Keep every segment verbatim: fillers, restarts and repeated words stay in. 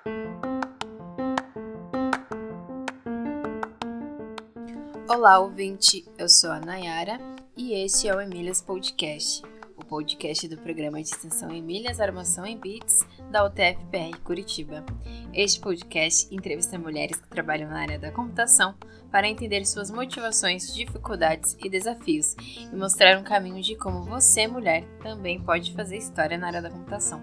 Olá, ouvinte! Eu sou a Nayara e este é o Emílias Podcast, o podcast do programa de extensão Emílias Armação em Bits da U T F P R Curitiba. Este podcast entrevista mulheres que trabalham na área da computação para entender suas motivações, dificuldades e desafios e mostrar um caminho de como você, mulher, também pode fazer história na área da computação.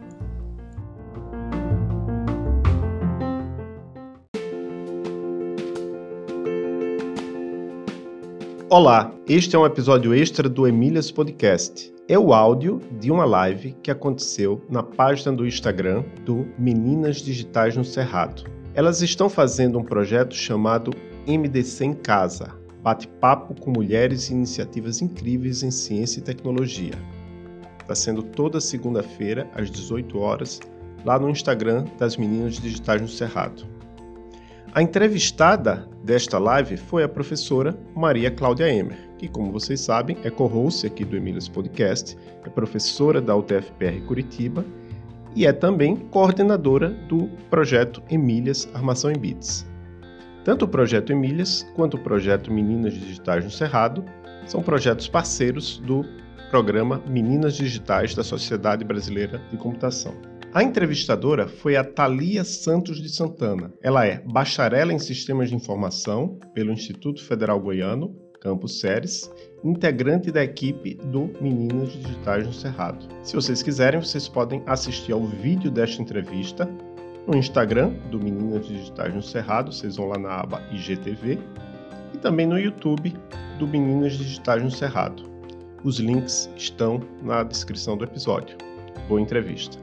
Olá, este é um episódio extra do Emílias Podcast. É o áudio de uma live que aconteceu na página do Instagram do Meninas Digitais no Cerrado. Elas estão fazendo um projeto chamado M D C em Casa, bate-papo com mulheres e iniciativas incríveis em ciência e tecnologia. Está sendo toda segunda-feira, às dezoito horas, lá no Instagram das Meninas Digitais no Cerrado. A entrevistada desta live foi a professora Maria Cláudia Emer, que, como vocês sabem, é co-host aqui do Emílias Podcast, é professora da U T F P R Curitiba e é também coordenadora do projeto Emílias Armação em Bits. Tanto o projeto Emílias quanto o projeto Meninas Digitais no Cerrado são projetos parceiros do programa Meninas Digitais da Sociedade Brasileira de Computação. A entrevistadora foi a Thalia Santos de Santana. Ela é bacharel em Sistemas de Informação pelo Instituto Federal Goiano, Campus Ceres, integrante da equipe do Meninas Digitais no Cerrado. Se vocês quiserem, vocês podem assistir ao vídeo desta entrevista no Instagram do Meninas Digitais no Cerrado, vocês vão lá na aba I G T V, e também no YouTube do Meninas Digitais no Cerrado. Os links estão na descrição do episódio. Boa entrevista.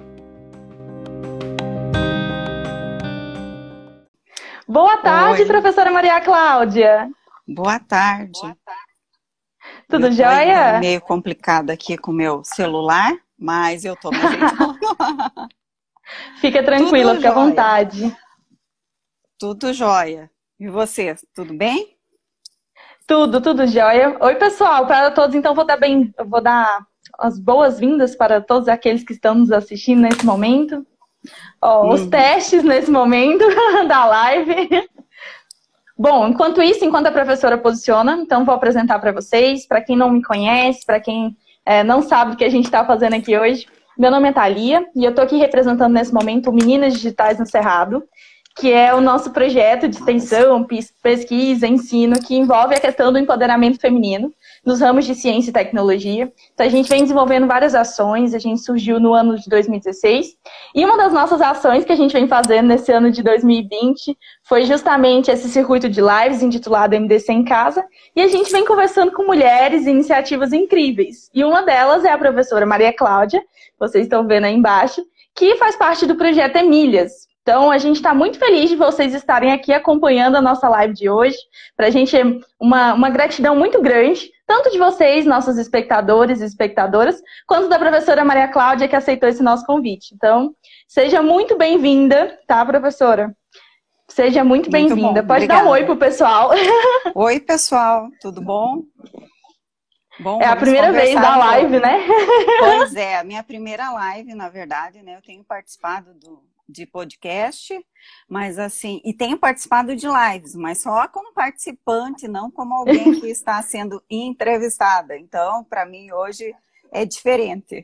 Boa tarde, Oi. Professora Maria Cláudia. Boa tarde. Boa tarde. Tudo jóia? Meio complicado aqui com o meu celular, mas eu tô me ajeitando. Fica tranquila, fica à vontade. Tudo jóia. E você, tudo bem? Tudo, tudo jóia. Oi, pessoal, para todos, então vou dar bem, eu vou dar as boas-vindas para todos aqueles que estão nos assistindo nesse momento. Ó, uhum. Os testes nesse momento da live. Bom, enquanto isso, enquanto a professora posiciona, então vou apresentar para vocês, para quem não me conhece, para quem é, não sabe o que a gente está fazendo aqui hoje. Meu nome é Thalia e eu estou aqui representando nesse momento o Meninas Digitais no Cerrado, que é o nosso projeto de extensão, pesquisa, ensino, que envolve a questão do empoderamento feminino nos ramos de ciência e tecnologia. Então, a gente vem desenvolvendo várias ações, a gente surgiu no ano de dois mil e dezesseis, e uma das nossas ações que a gente vem fazendo nesse ano de dois mil e vinte foi justamente esse circuito de lives intitulado M D C em Casa, e a gente vem conversando com mulheres e iniciativas incríveis. E uma delas é a professora Maria Cláudia, vocês estão vendo aí embaixo, que faz parte do projeto Emílias. Então, a gente está muito feliz de vocês estarem aqui acompanhando a nossa live de hoje. Para a gente é uma, uma gratidão muito grande, tanto de vocês, nossos espectadores e espectadoras, quanto da professora Maria Cláudia, que aceitou esse nosso convite. Então, seja muito bem-vinda, tá, professora? Seja muito bem-vinda. Pode Obrigada. Dar um oi pro pessoal. Oi, pessoal. Tudo bom? Bom, é a primeira vez da live, né? Pois é, a minha primeira live, na verdade, né? Eu tenho participado do... de podcast, mas assim, e tenho participado de lives, mas só como participante, não como alguém que está sendo entrevistada. Então, para mim, hoje é diferente.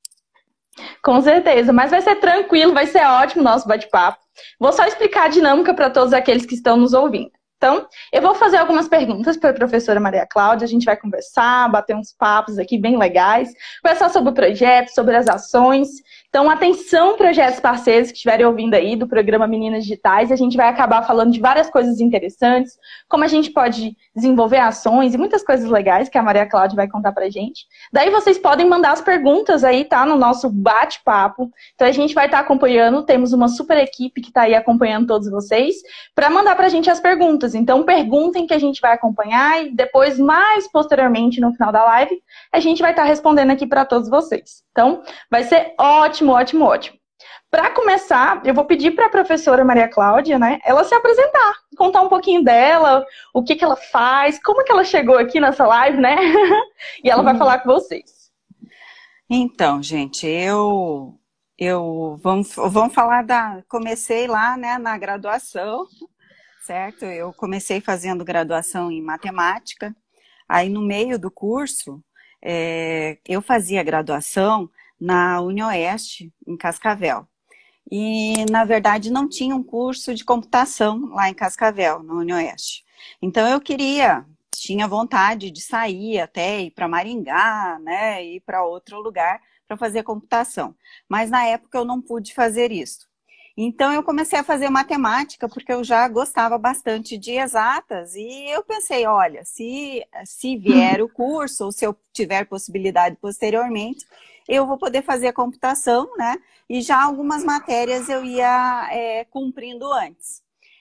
Com certeza, mas vai ser tranquilo, vai ser ótimo o nosso bate-papo. Vou só explicar a dinâmica para todos aqueles que estão nos ouvindo. Então, eu vou fazer algumas perguntas para a professora Maria Cláudia, a gente vai conversar, bater uns papos aqui bem legais, conversar sobre o projeto, sobre as ações. Então, atenção, projetos parceiros que estiverem ouvindo aí do programa Meninas Digitais, a gente vai acabar falando de várias coisas interessantes, como a gente pode desenvolver ações e muitas coisas legais que a Maria Cláudia vai contar pra gente. Daí vocês podem mandar as perguntas aí, tá? No nosso bate-papo. Então, a gente vai estar acompanhando, temos uma super equipe que está aí acompanhando todos vocês, para mandar pra gente as perguntas. Então, perguntem que a gente vai acompanhar e depois, mais posteriormente, no final da live, a gente vai estar respondendo aqui para todos vocês. Então, vai ser ótimo, ótimo, ótimo. Para começar, eu vou pedir para a professora Maria Cláudia, né, ela se apresentar, contar um pouquinho dela, o que, que ela faz, como que ela chegou aqui nessa live, né? E ela vai hum. falar com vocês. Então, gente, eu eu vamos, vamos falar da... Comecei lá, né, na graduação, certo? Eu comecei fazendo graduação em matemática. Aí, no meio do curso, é, eu fazia graduação na UniOeste, em Cascavel. E, na verdade, não tinha um curso de computação lá em Cascavel, na UniOeste. Então, eu queria, tinha vontade de sair até ir para Maringá, né, ir para outro lugar para fazer computação. Mas, na época, eu não pude fazer isso. Então, eu comecei a fazer matemática, porque eu já gostava bastante de exatas, e eu pensei, olha, se, se vier o curso, ou se eu tiver possibilidade posteriormente, eu vou poder fazer a computação, né? E já algumas matérias eu ia é, cumprindo antes.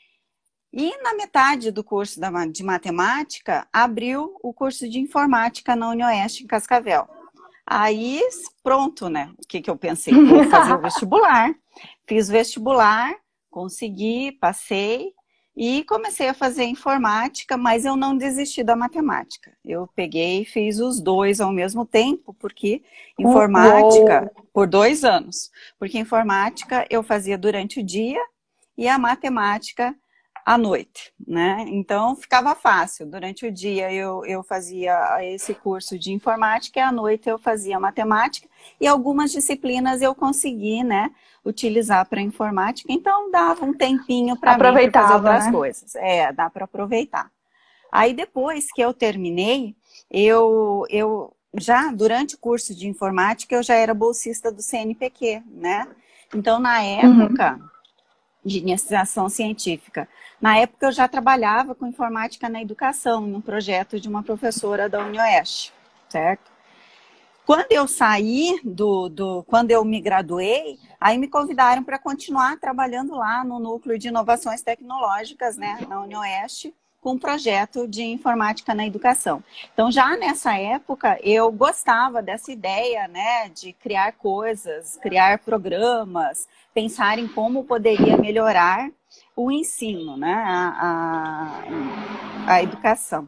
E na metade do curso de matemática, abriu o curso de informática na UniOeste, em Cascavel. Aí, pronto, né? O que, que eu pensei? Vou fazer o vestibular. Fiz vestibular, consegui, passei e comecei a fazer informática, mas eu não desisti da matemática. Eu peguei e fiz os dois ao mesmo tempo, porque informática, uhum. por dois anos, porque informática eu fazia durante o dia e a matemática à noite, né? Então ficava fácil. Durante o dia eu, eu fazia esse curso de informática e à noite eu fazia matemática e algumas disciplinas eu consegui, né, utilizar para informática. Então dava um tempinho para mim pra fazer outras, né, coisas. É, dá para aproveitar. Aí depois que eu terminei, eu, eu já durante o curso de informática eu já era bolsista do C N Pq, né? Então na época uhum. de iniciação científica. Na época eu já trabalhava com informática na educação, num projeto de uma professora da UniOeste, certo? Quando eu saí, do, do, quando eu me graduei, aí me convidaram para continuar trabalhando lá no Núcleo de Inovações Tecnológicas, né, na UniOeste, com um projeto de informática na educação. Então, já nessa época, eu gostava dessa ideia, né, de criar coisas, criar programas, pensar em como poderia melhorar o ensino, né, a, a, a educação.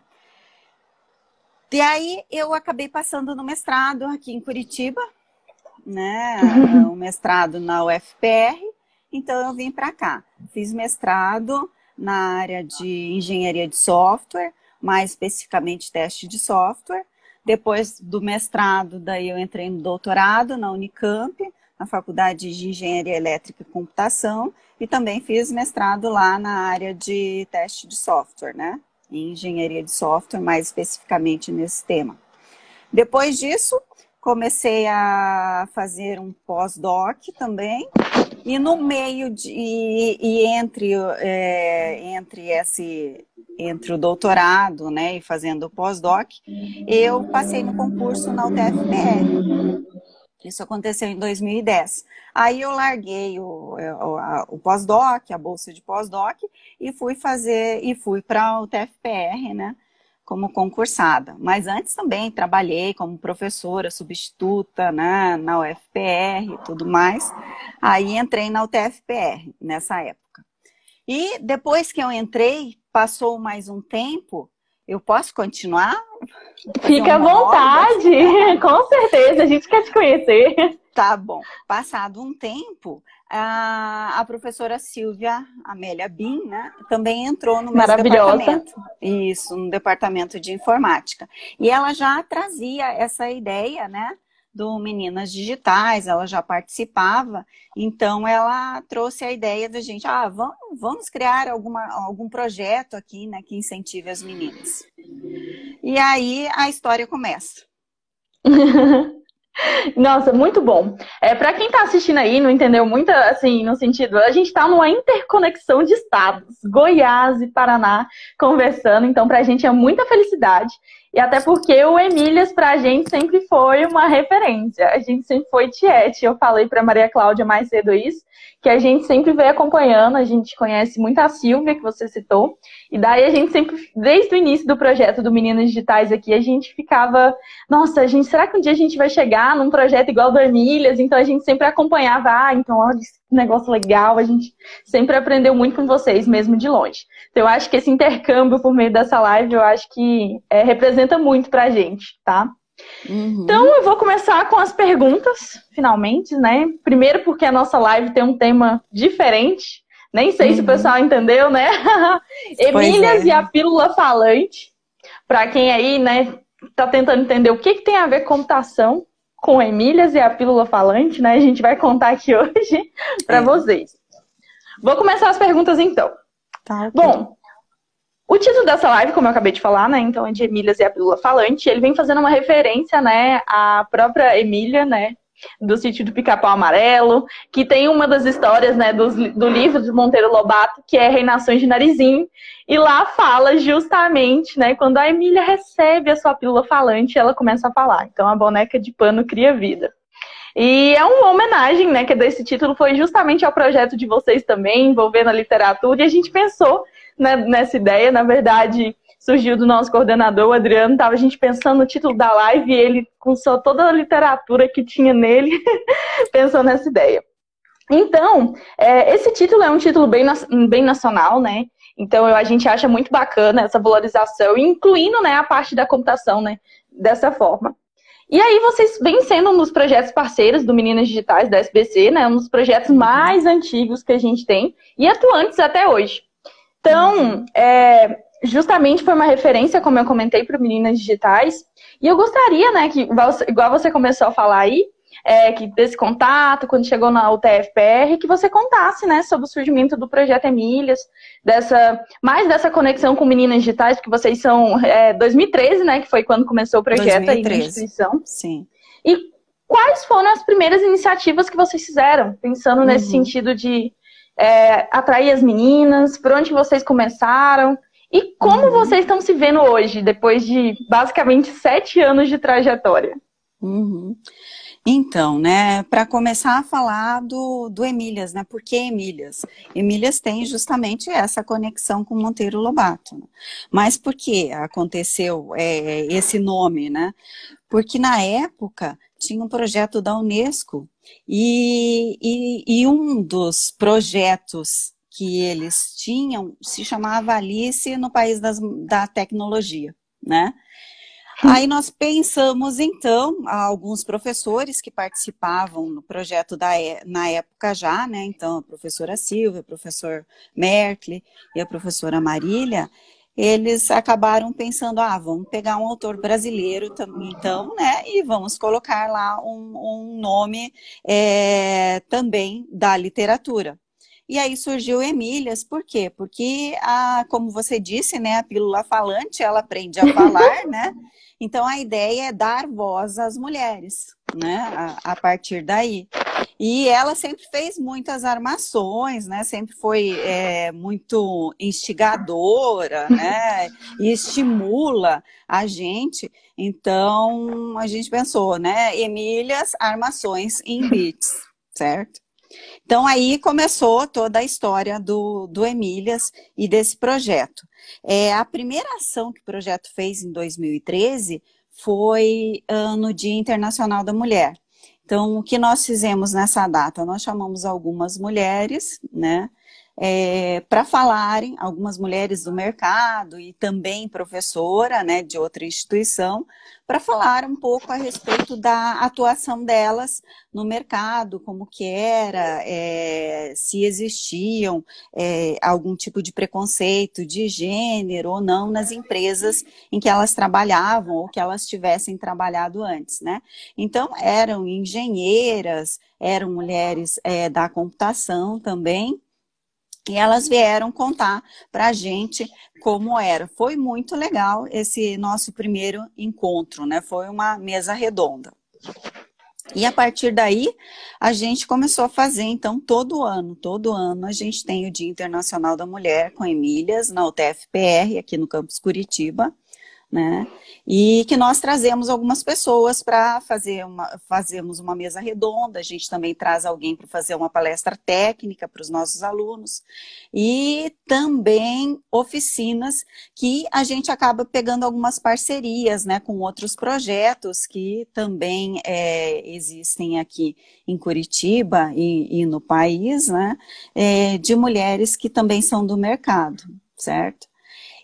E aí eu acabei passando no mestrado aqui em Curitiba, né, o mestrado na U F P R, então eu vim para cá. Fiz mestrado na área de engenharia de software, mais especificamente teste de software. Depois do mestrado, daí eu entrei no doutorado na Unicamp, na Faculdade de Engenharia Elétrica e Computação, e também fiz mestrado lá na área de teste de software, né? Em engenharia de software, mais especificamente nesse tema. Depois disso, comecei a fazer um pós-doc também, e no meio de, e, e entre, é, entre, esse, entre o doutorado, né, e fazendo o pós-doc, eu passei no concurso na U T F P R. Isso aconteceu em dois mil e dez. Aí eu larguei o, o, o pós-doc, a bolsa de pós-doc, e fui fazer, e fui para a U T F P R, né, como concursada. Mas antes também trabalhei como professora substituta, né, na U F P R e tudo mais. Aí entrei na U T F P R nessa época. E depois que eu entrei, passou mais um tempo. Eu posso continuar? Fica à vontade, com certeza, a gente quer te conhecer. Tá bom. Passado um tempo, a, a professora Silvia Amélia Bin, né, também entrou no meu departamento. Isso, no departamento de informática. E ela já trazia essa ideia, né, do Meninas Digitais, ela já participava, então ela trouxe a ideia da gente, ah, vamos, vamos criar alguma, algum projeto aqui, né, que incentive as meninas. E aí a história começa. Nossa, muito bom. É, para quem está assistindo aí, não entendeu muito, assim, no sentido, a gente está numa interconexão de estados, Goiás e Paraná, conversando, então para a gente é muita felicidade. E até porque o Emílias, pra a gente, sempre foi uma referência. A gente sempre foi tiete. Eu falei pra Maria Cláudia mais cedo isso, que a gente sempre veio acompanhando, a gente conhece muito a Silvia, que você citou. E daí a gente sempre, desde o início do projeto do Meninas Digitais aqui, a gente ficava, nossa, gente, será que um dia a gente vai chegar num projeto igual do Emílias? Então a gente sempre acompanhava, ah, então olha, esse negócio legal, a gente sempre aprendeu muito com vocês, mesmo de longe. Então eu acho que esse intercâmbio por meio dessa live, eu acho que é, representa muito pra gente, tá? Uhum. Então, eu vou começar com as perguntas, finalmente, né? Primeiro porque a nossa live tem um tema diferente. Nem sei uhum. se o pessoal entendeu, né? Emílias é. e a pílula falante. Para quem aí, né, tá tentando entender o que, que tem a ver computação com Emílias e a pílula falante, né? A gente vai contar aqui hoje para é. vocês. Vou começar as perguntas, então. Tá, okay. Bom, o título dessa live, como eu acabei de falar, né, então é de Emílias e a pílula falante, ele vem fazendo uma referência, né, à própria Emília, né, do Sítio do Pica-Pau Amarelo, que tem uma das histórias, né, do, do livro de Monteiro Lobato, que é Reinações de Narizinho, e lá fala justamente, né, quando a Emília recebe a sua pílula falante, ela começa a falar. Então a boneca de pano cria vida. E é uma homenagem, né, que desse título foi justamente ao projeto de vocês também, envolvendo a literatura, e a gente pensou né, nessa ideia, na verdade, surgiu do nosso coordenador, o Adriano, estava a gente pensando no título da live, e ele, com só toda a literatura que tinha nele, pensou nessa ideia. Então, é, esse título é um título bem, bem nacional, né, então a gente acha muito bacana essa valorização, incluindo, né, a parte da computação, né, dessa forma. E aí vocês vêm sendo um dos projetos parceiros do Meninas Digitais da S B C, né? Um dos projetos mais antigos que a gente tem e atuantes até hoje. Então, é, justamente foi uma referência, como eu comentei, para Meninas Digitais. E eu gostaria, né, que igual você começou a falar aí, é, que desse contato, quando chegou na U T F P R, que você contasse, né, sobre o surgimento do Projeto Emílias, dessa, mais dessa conexão com Meninas Digitais, porque vocês são é, dois mil e treze, né, que foi quando começou o projeto aí na instituição. Sim. E quais foram as primeiras iniciativas que vocês fizeram, pensando uhum. nesse sentido de é, atrair as meninas, por onde vocês começaram, e como uhum. vocês estão se vendo hoje, depois de basicamente sete anos de trajetória? Uhum. Então, né, para começar a falar do, do Emílias, né, por que Emílias? Emílias tem justamente essa conexão com Monteiro Lobato, né? Mas por que aconteceu é, esse nome, né? Porque na época tinha um projeto da Unesco e, e, e um dos projetos que eles tinham se chamava Alice no País das, da Tecnologia, né? Aí nós pensamos, então, alguns professores que participavam no projeto da, na época já, né? Então, a professora Silvia, o professor Merkle e a professora Marília, eles acabaram pensando, ah, vamos pegar um autor brasileiro, então, né? E vamos colocar lá um, um nome é, também da literatura. E aí surgiu Emílias, por quê? Porque, a, como você disse, né, a pílula falante, ela aprende a falar, né? Então, a ideia é dar voz às mulheres, né, a, a partir daí. E ela sempre fez muitas armações, né, sempre foi é, muito instigadora, né, e estimula a gente. Então, a gente pensou, né, Emílias, armações em beats, certo? Então, aí começou toda a história do, do Emílias e desse projeto. É, a primeira ação que o projeto fez em dois mil e treze foi uh, no Dia Internacional da Mulher. Então, o que nós fizemos nessa data? Nós chamamos algumas mulheres, né, é, para falarem, algumas mulheres do mercado e também professora, né, de outra instituição, para falar um pouco a respeito da atuação delas no mercado, como que era, é, se existiam é, algum tipo de preconceito de gênero ou não nas empresas em que elas trabalhavam ou que elas tivessem trabalhado antes, né? Então, eram engenheiras, eram mulheres é, da computação também, e elas vieram contar para a gente como era. Foi muito legal esse nosso primeiro encontro, né? Foi uma mesa redonda. E a partir daí, a gente começou a fazer, então, todo ano. Todo ano a gente tem o Dia Internacional da Mulher com Emílias, na U T F P R, aqui no campus Curitiba, né? E que nós trazemos algumas pessoas para fazer uma, fazermos uma mesa redonda, a gente também traz alguém para fazer uma palestra técnica para os nossos alunos, e também oficinas que a gente acaba pegando algumas parcerias, né, com outros projetos que também é, existem aqui em Curitiba e, e no país, né, é, de mulheres que também são do mercado, certo?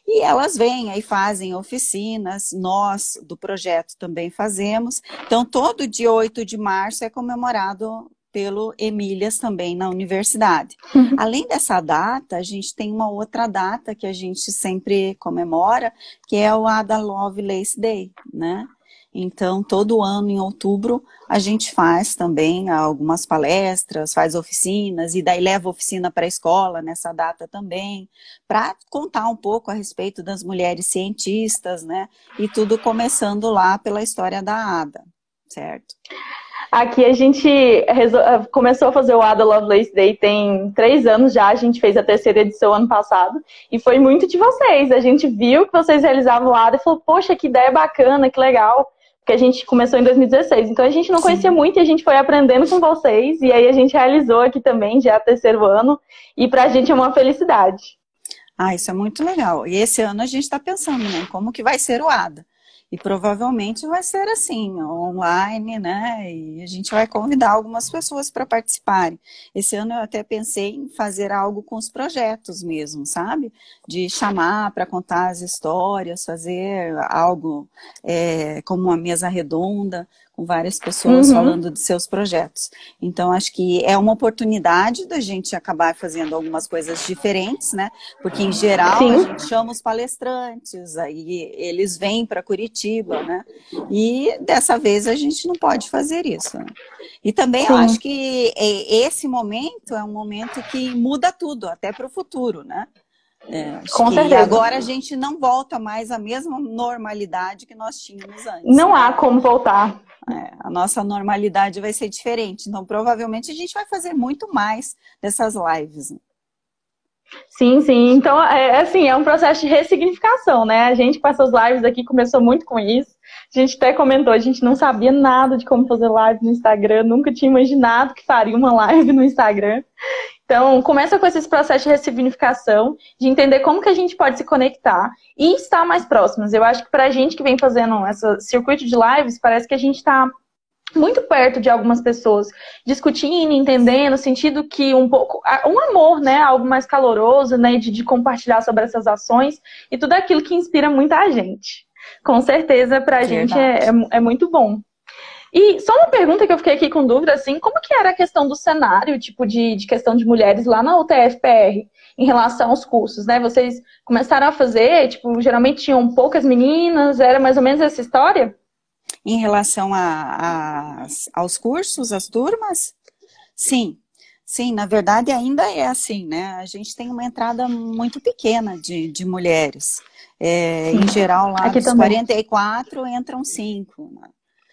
E elas vêm aí, fazem oficinas, nós do projeto também fazemos. Então, todo dia oito de março é comemorado pelo Emílias também na universidade. Além dessa data, a gente tem uma outra data que a gente sempre comemora, que é o Ada Lovelace Day, né? Então, todo ano, em outubro, a gente faz também algumas palestras, faz oficinas, e daí leva oficina para a escola nessa data também, para contar um pouco a respeito das mulheres cientistas, né? E tudo começando lá pela história da Ada, certo? Aqui a gente começou a fazer o Ada Lovelace Day tem três anos já, a gente fez a terceira edição ano passado, e foi muito de vocês. A gente viu que vocês realizavam o Ada e falou, poxa, que ideia bacana, que legal. Porque a gente começou em dois mil e dezesseis, então a gente não Sim. conhecia muito e a gente foi aprendendo com vocês, e aí a gente realizou aqui também, já terceiro ano, e pra gente é uma felicidade. Ah, isso é muito legal. E esse ano a gente está pensando, né, como que vai ser o Ada. E provavelmente vai ser assim, online, né? E a gente vai convidar algumas pessoas para participarem. Esse ano eu até pensei em fazer algo com os projetos mesmo, sabe? De chamar para contar as histórias, fazer algo é, como uma mesa redonda, com várias pessoas uhum. falando de seus projetos. Então, acho que é uma oportunidade da gente acabar fazendo algumas coisas diferentes, né? Porque, em geral, Sim. a gente chama os palestrantes, aí eles vêm para Curitiba, né? E, dessa vez, a gente não pode fazer isso, né? E também, Sim. eu acho que esse momento é um momento que muda tudo, até para o futuro, né? É, Com certeza. Agora a gente não volta mais à mesma normalidade que nós tínhamos antes. Não há como voltar. É, a nossa normalidade vai ser diferente. Então, provavelmente, a gente vai fazer muito mais dessas lives. Sim, sim. Então, é assim, é um processo de ressignificação, né? A gente, com essas lives aqui, começou muito com isso. A gente até comentou, a gente não sabia nada de como fazer live no Instagram, nunca tinha imaginado que faria uma live no Instagram. Então, começa com esse processo de ressignificação, de entender como que a gente pode se conectar e estar mais próximos. Eu acho que pra gente que vem fazendo esse circuito de lives, parece que a gente está muito perto de algumas pessoas, discutindo, entendendo, no sentido que um pouco, um amor, né, algo mais caloroso, né, de, de compartilhar sobre essas ações e tudo aquilo que inspira muita gente. Com certeza, pra gente é, é, é muito bom. E só uma pergunta que eu fiquei aqui com dúvida, assim, como que era a questão do cenário, tipo, de, de questão de mulheres lá na U T F P R, em relação aos cursos, né? Vocês começaram a fazer, tipo, geralmente tinham poucas meninas, era mais ou menos essa história? Em relação a, a, aos cursos, às turmas? Sim, sim, na verdade ainda é assim, né? A gente tem uma entrada muito pequena de, de mulheres. É, em geral, lá Aqui dos também. quarenta e quatro entram cinco, né?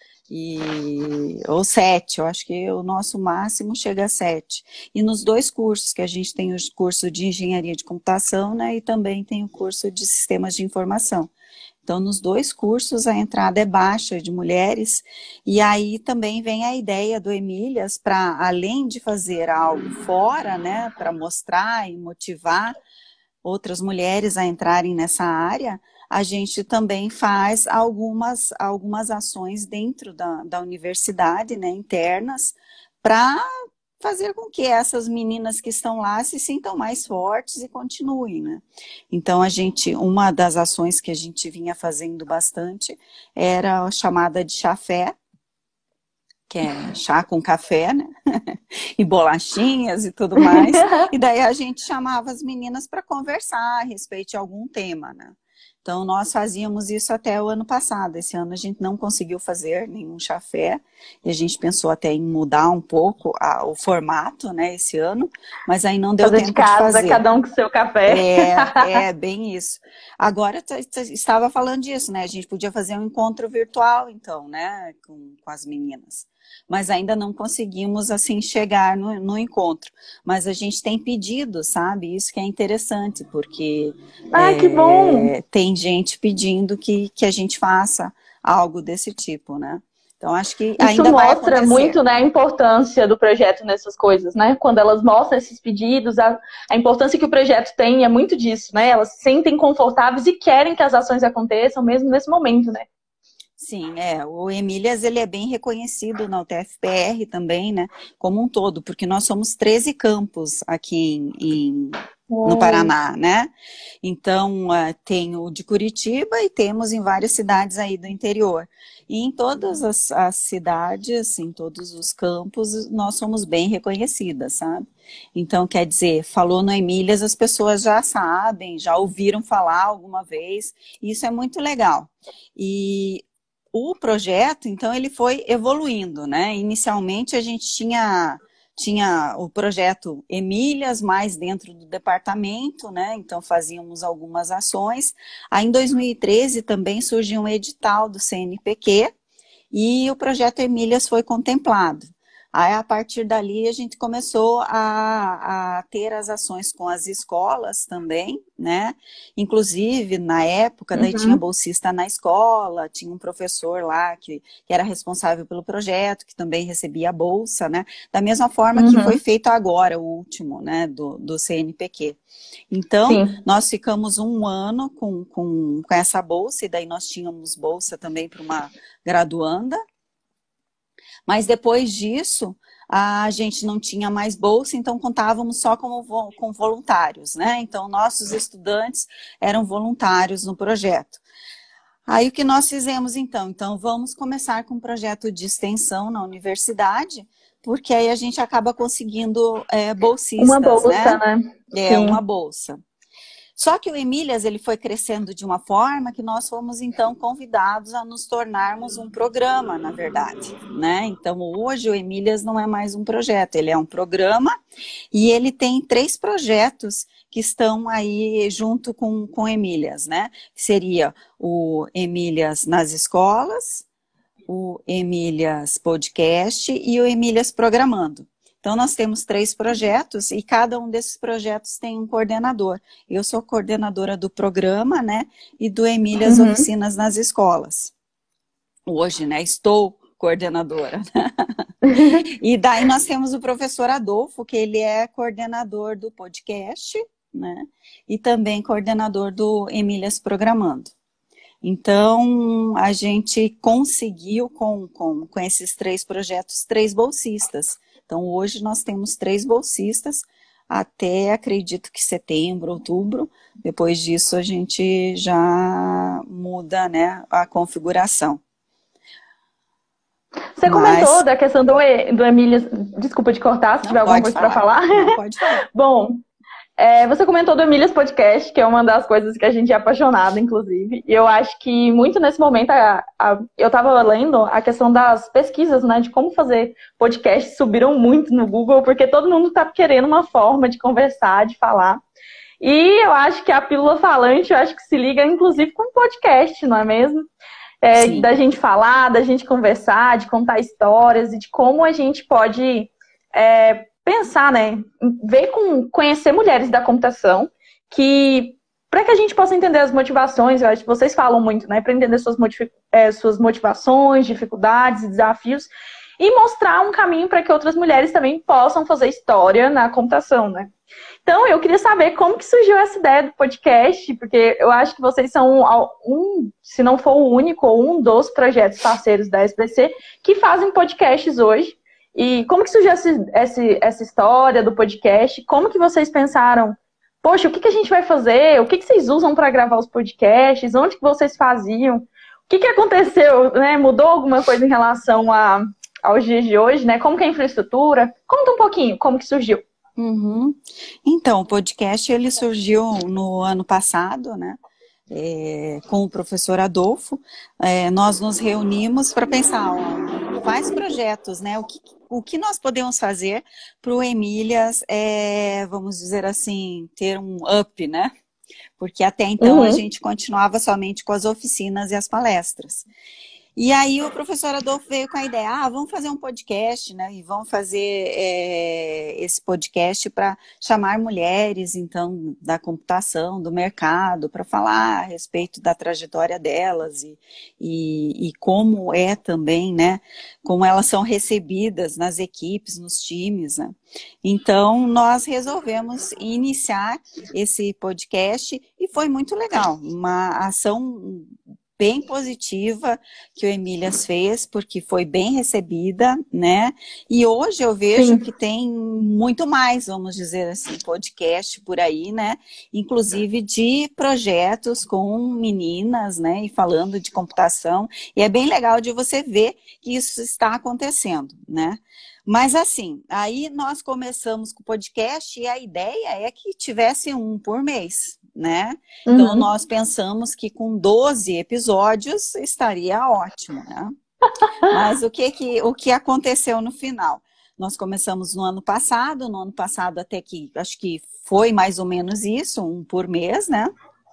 E, ou sete, eu acho que o nosso máximo chega a sete. E nos dois cursos, que a gente tem o curso de engenharia de computação, né, e também tem o curso de sistemas de informação. Então, nos dois cursos, a entrada é baixa de mulheres, e aí também vem a ideia do Emílias para, além de fazer algo fora, né, para mostrar e motivar outras mulheres a entrarem nessa área, a gente também faz algumas, algumas ações dentro da, da universidade, né, internas, para fazer com que essas meninas que estão lá se sintam mais fortes e continuem, né? Então, a gente, uma das ações que a gente vinha fazendo bastante era a chamada de chafé, que é chá com café, né? E bolachinhas e tudo mais. E daí a gente chamava as meninas para conversar a respeito de algum tema, né? Então, nós fazíamos isso até o ano passado. Esse ano a gente não conseguiu fazer nenhum chafé. E a gente pensou até em mudar um pouco a, o formato, né, esse ano. Mas aí não deu fazer tempo de, casa, de fazer. Cada um com seu café. É, é bem isso. Agora, estava falando disso, né? A gente podia fazer um encontro virtual, então, né, com, com as meninas. Mas ainda não conseguimos, assim, chegar no, no encontro. Mas a gente tem pedido, sabe? Isso que é interessante, porque ah, é, que bom. Tem gente pedindo que, que a gente faça algo desse tipo, né? Então, acho que Isso ainda vai acontecer. mostra muito, né, a importância do projeto nessas coisas, né? Quando elas mostram esses pedidos, a, a importância que o projeto tem é muito disso, né? Elas se sentem confortáveis e querem que as ações aconteçam mesmo nesse momento, né? Sim, é, o Emílias, ele é bem reconhecido na U T F P R também, né, como um todo, porque nós somos treze campos aqui em, em, no Paraná, né, então uh, tem o de Curitiba e temos em várias cidades aí do interior, e em todas as, as cidades, em todos os campos, nós somos bem reconhecidas, sabe, então quer dizer, falou no Emílias, as pessoas já sabem, já ouviram falar alguma vez, e isso é muito legal, e o projeto, então, ele foi evoluindo, né? Inicialmente, a gente tinha, tinha o projeto Emílias, mais dentro do departamento, né? Então, fazíamos algumas ações. Aí, em dois mil e treze, também surgiu um edital do C N P Q e o projeto Emílias foi contemplado. Aí, a partir dali, a gente começou a, a ter as ações com as escolas também, né? Inclusive, na época, daí uhum. tinha bolsista na escola, tinha um professor lá que, que era responsável pelo projeto, que também recebia a bolsa, né? Da mesma forma uhum. que foi feito agora, o último, né? Do, do C N P Q. Então, Sim. nós ficamos um ano com, com, com essa bolsa, e daí nós tínhamos bolsa também para uma graduanda. Mas depois disso, a gente não tinha mais bolsa, então contávamos só com, com voluntários, né? Então, nossos estudantes eram voluntários no projeto. Aí, o que nós fizemos, então? Então, vamos começar com um projeto de extensão na universidade, porque aí a gente acaba conseguindo é, bolsistas, Uma bolsa, né? né? É, Sim. uma bolsa. Só que o Emílias, ele foi crescendo de uma forma que nós fomos, então, convidados a nos tornarmos um programa, na verdade, né? Então, hoje o Emílias não é mais um projeto, ele é um programa e ele tem três projetos que estão aí junto com, com o Emílias, né? Seria o Emílias nas escolas, o Emílias Podcast e o Emílias Programando. Então, nós temos três projetos e cada um desses projetos tem um coordenador. Eu sou coordenadora do programa, né, e do Emílias uhum. Oficinas nas Escolas. Hoje, né, estou coordenadora. E daí nós temos o professor Adolfo, que ele é coordenador do podcast, né, e também coordenador do Emílias Programando. Então, a gente conseguiu, com, com, com esses três projetos, três bolsistas. Então, hoje nós temos três bolsistas, até acredito que setembro, outubro. Depois disso, a gente já muda, né, a configuração. Você Mas... comentou da questão do, do Emílias. Desculpa te cortar, se Não, tiver alguma coisa para falar. Não, pode falar. Bom, é, você comentou do Emílias Podcast, que é uma das coisas que a gente é apaixonada, inclusive. E eu acho que muito nesse momento, a, a, eu estava lendo a questão das pesquisas, né, de como fazer podcast, subiram muito no Google, porque todo mundo está querendo uma forma de conversar, de falar. E eu acho que a Pílula Falante, eu acho que se liga, inclusive, com podcast, não é mesmo? É, da gente falar, da gente conversar, de contar histórias e de como a gente pode... É, pensar, né, ver com conhecer mulheres da computação, que para que a gente possa entender as motivações, eu acho que vocês falam muito, né, para entender suas, motiv é, suas motivações, dificuldades e desafios, e mostrar um caminho para que outras mulheres também possam fazer história na computação, né. Então, eu queria saber como que surgiu essa ideia do podcast, porque eu acho que vocês são um, se não for o único, ou um dos projetos parceiros da S B C que fazem podcasts hoje. E como que surgiu essa, essa, essa história do podcast? Como que vocês pensaram, poxa, o que, que a gente vai fazer? O que, que vocês usam para gravar os podcasts? Onde que vocês faziam? O que, que aconteceu? Né? Mudou alguma coisa em relação a, aos dias de hoje? Né? Como que é a infraestrutura? Conta um pouquinho como que surgiu. Uhum. Então, o podcast ele surgiu no ano passado, né? É, com o professor Adolfo, é, nós nos reunimos para pensar ó, quais projetos, né, o que, o que nós podemos fazer para o Emílias, é, vamos dizer assim, ter um up, né, porque até então uhum. a gente continuava somente com as oficinas e as palestras. E aí o professor Adolfo veio com a ideia, ah, vamos fazer um podcast, né, e vamos fazer é, esse podcast para chamar mulheres, então, da computação, do mercado, para falar a respeito da trajetória delas e, e, e como é também, né, como elas são recebidas nas equipes, nos times, né. Então, nós resolvemos iniciar esse podcast e foi muito legal, uma ação bem positiva que o Emílias fez, porque foi bem recebida, né? E hoje eu vejo Sim. que tem muito mais, vamos dizer assim, podcast por aí, né? Inclusive de projetos com meninas, né? E falando de computação. E é bem legal de você ver que isso está acontecendo, né? Mas assim, aí nós começamos com o podcast e a ideia é que tivesse um por mês, né? Uhum. Então nós pensamos que com doze episódios estaria ótimo, né? Mas o que, que, o que aconteceu no final? Nós começamos no ano passado, no ano passado até que, acho que foi mais ou menos isso, um por mês, né?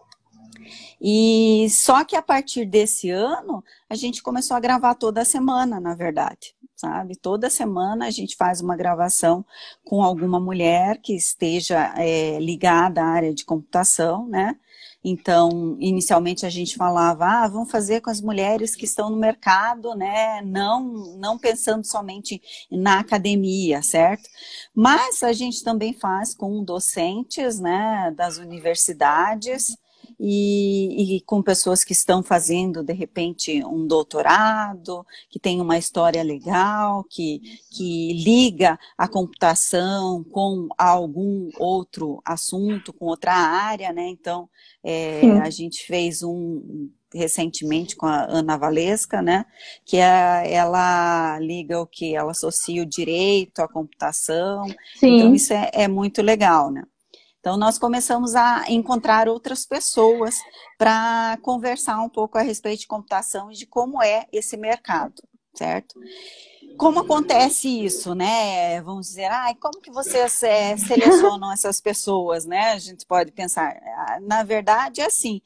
E só que a partir desse ano, a gente começou a gravar toda semana, na verdade, sabe? Toda semana a gente faz uma gravação com alguma mulher que esteja é, ligada à área de computação, né? Então, inicialmente a gente falava, ah, vamos fazer com as mulheres que estão no mercado, né? Não, não pensando somente na academia, certo? Mas a gente também faz com docentes, né, das universidades, E, e com pessoas que estão fazendo, de repente, um doutorado, que tem uma história legal, que, que liga a computação com algum outro assunto, com outra área, né? Então, é, a gente fez um recentemente com a Ana Valesca, né? Que é, ela liga o que? Ela associa o direito à computação. Sim. Então, isso é, é muito legal, né? Então, nós começamos a encontrar outras pessoas para conversar um pouco a respeito de computação e de como é esse mercado, certo? Como acontece isso, né? Vamos dizer, ah, como que vocês é, selecionam essas pessoas, né? A gente pode pensar, na verdade, é assim,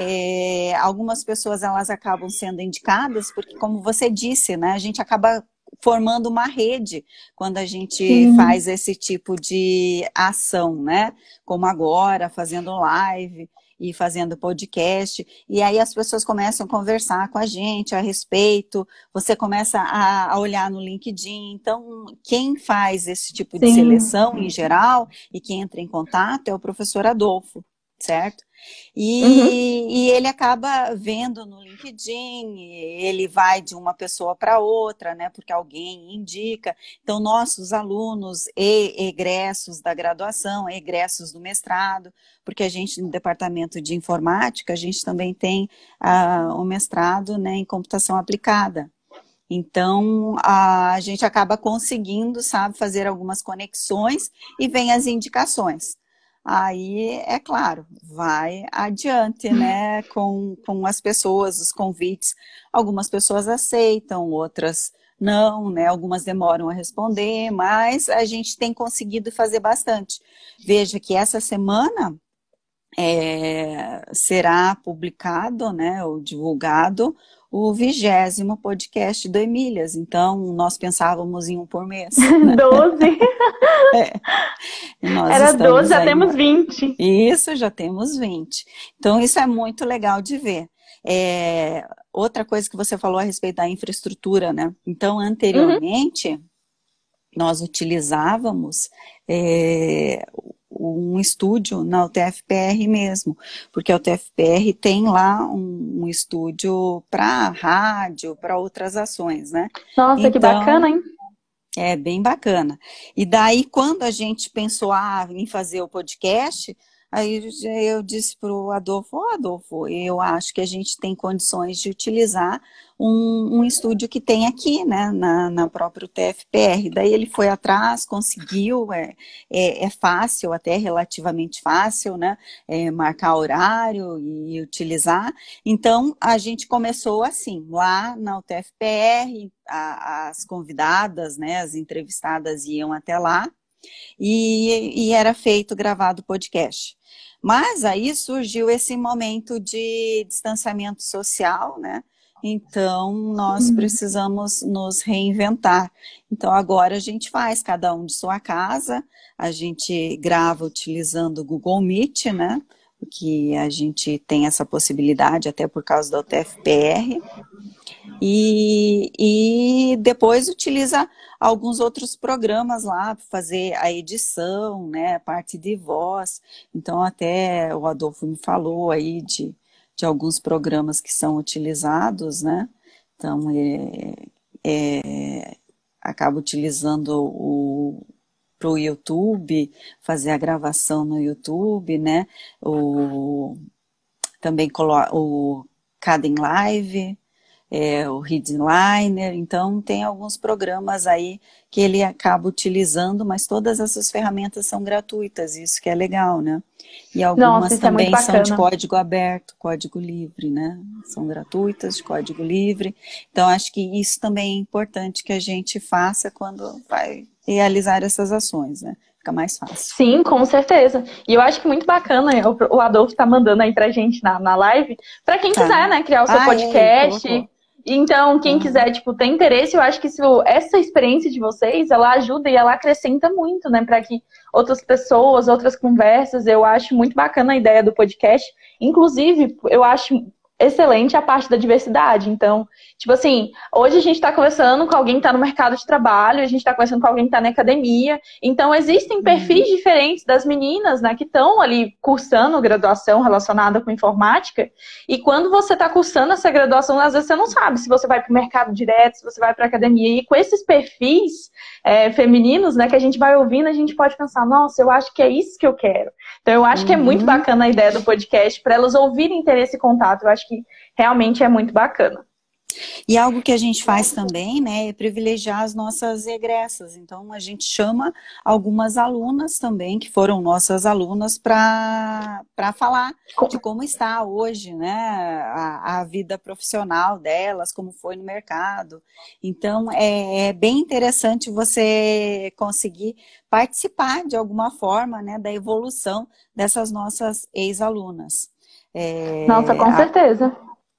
é, algumas pessoas elas acabam sendo indicadas porque, como você disse, né? A gente acaba formando uma rede quando a gente Sim. faz esse tipo de ação, né? Como agora, fazendo live e fazendo podcast. E aí as pessoas começam a conversar com a gente a respeito, você começa a, a olhar no LinkedIn. Então, quem faz esse tipo de Sim. seleção em geral e que entra em contato é o professor Adolfo, certo? E, uhum. e ele acaba vendo no LinkedIn, ele vai de uma pessoa para outra, né, porque alguém indica. Então, nossos alunos e egressos da graduação, egressos do mestrado, porque a gente, no departamento de informática, a gente também tem uh, um mestrado, né, em computação aplicada. Então, a gente acaba conseguindo, sabe, fazer algumas conexões e vem as indicações. Aí, é claro, vai adiante, né, com, com as pessoas, os convites. Algumas pessoas aceitam, outras não, né, algumas demoram a responder, mas a gente tem conseguido fazer bastante. Veja que essa semana é, será publicado, né, ou divulgado, o vigésimo podcast do Emílias. Então, nós pensávamos em um por mês. Né? doze. É. Era doze, já aí... temos vinte. Isso, já temos vinte. Então, isso é muito legal de ver. É... Outra coisa que você falou a respeito da infraestrutura, né? Então, anteriormente, uhum. nós utilizávamos... É... um estúdio na U T F P R mesmo, porque a U T F P R tem lá um, um estúdio para rádio, para outras ações, né? Nossa, então, que bacana, hein? É bem bacana. E daí, quando a gente pensou ah, em fazer o podcast, aí eu disse para o Adolfo, oh, Adolfo, eu acho que a gente tem condições de utilizar um, um estúdio que tem aqui, né, na, na própria U T F P R. Daí ele foi atrás, conseguiu, é, é, é fácil, até relativamente fácil, né, é, marcar horário e utilizar. Então, a gente começou assim, lá na U T F P R, a, as convidadas, né, as entrevistadas iam até lá, e, e era feito, gravado podcast. Mas aí surgiu esse momento de distanciamento social, né? Então, nós precisamos nos reinventar. Então, agora a gente faz, cada um de sua casa, a gente grava utilizando o Google Meet, né? Porque a gente tem essa possibilidade, até por causa da U T F P R. E, e depois utiliza alguns outros programas lá para fazer a edição, né, a parte de voz. Então, até o Adolfo me falou aí de, de alguns programas que são utilizados, né? Então, é, é, acabo utilizando o para o YouTube, fazer a gravação no YouTube, né? O, também o Caden Live, é, o Readliner, então tem alguns programas aí que ele acaba utilizando, mas todas essas ferramentas são gratuitas, isso que é legal, né? E algumas Nossa, também é são de código aberto, código livre, né? São gratuitas, de código livre. Então, acho que isso também é importante que a gente faça quando vai realizar essas ações, né? Fica mais fácil. Sim, com certeza. E eu acho que muito bacana, o Adolfo tá mandando aí pra gente na, na live, pra quem Tá. quiser, né, criar o seu Ah, podcast. É, Então, quem uhum. quiser, tipo, ter interesse, eu acho que se o, essa experiência de vocês, ela ajuda e ela acrescenta muito, né, para que outras pessoas, outras conversas, eu acho muito bacana a ideia do podcast. Inclusive, eu acho excelente a parte da diversidade. Então, tipo assim, hoje a gente está conversando com alguém que está no mercado de trabalho, a gente está conversando com alguém que está na academia. Então, existem perfis uhum. diferentes das meninas, né, que estão ali cursando graduação relacionada com informática. E quando você está cursando essa graduação, às vezes você não sabe se você vai para o mercado direto, se você vai para a academia. E com esses perfis é, femininos, né, que a gente vai ouvindo, a gente pode pensar, nossa, eu acho que é isso que eu quero. Então, eu acho uhum. que é muito bacana a ideia do podcast, para elas ouvirem ter esse contato. Eu acho que realmente é muito bacana. E algo que a gente faz também, né, é privilegiar as nossas egressas. Então, a gente chama algumas alunas também, que foram nossas alunas, para para falar de como está hoje, né, a, a vida profissional delas, como foi no mercado. Então, é, é bem interessante você conseguir participar de alguma forma, né, da evolução dessas nossas ex-alunas. É, Nossa, com a... certeza.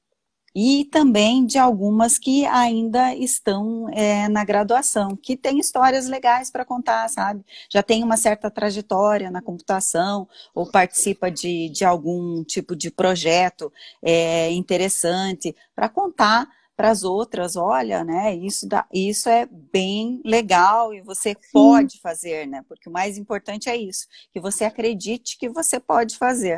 E também de algumas que ainda estão é, na graduação, que tem histórias legais para contar, sabe? Já tem uma certa trajetória na computação, ou participa de, de algum tipo de projeto é, interessante, para contar para as outras, olha, né, isso, dá, isso é bem legal e você pode fazer, né? Porque o mais importante é isso, que você acredite que você pode fazer.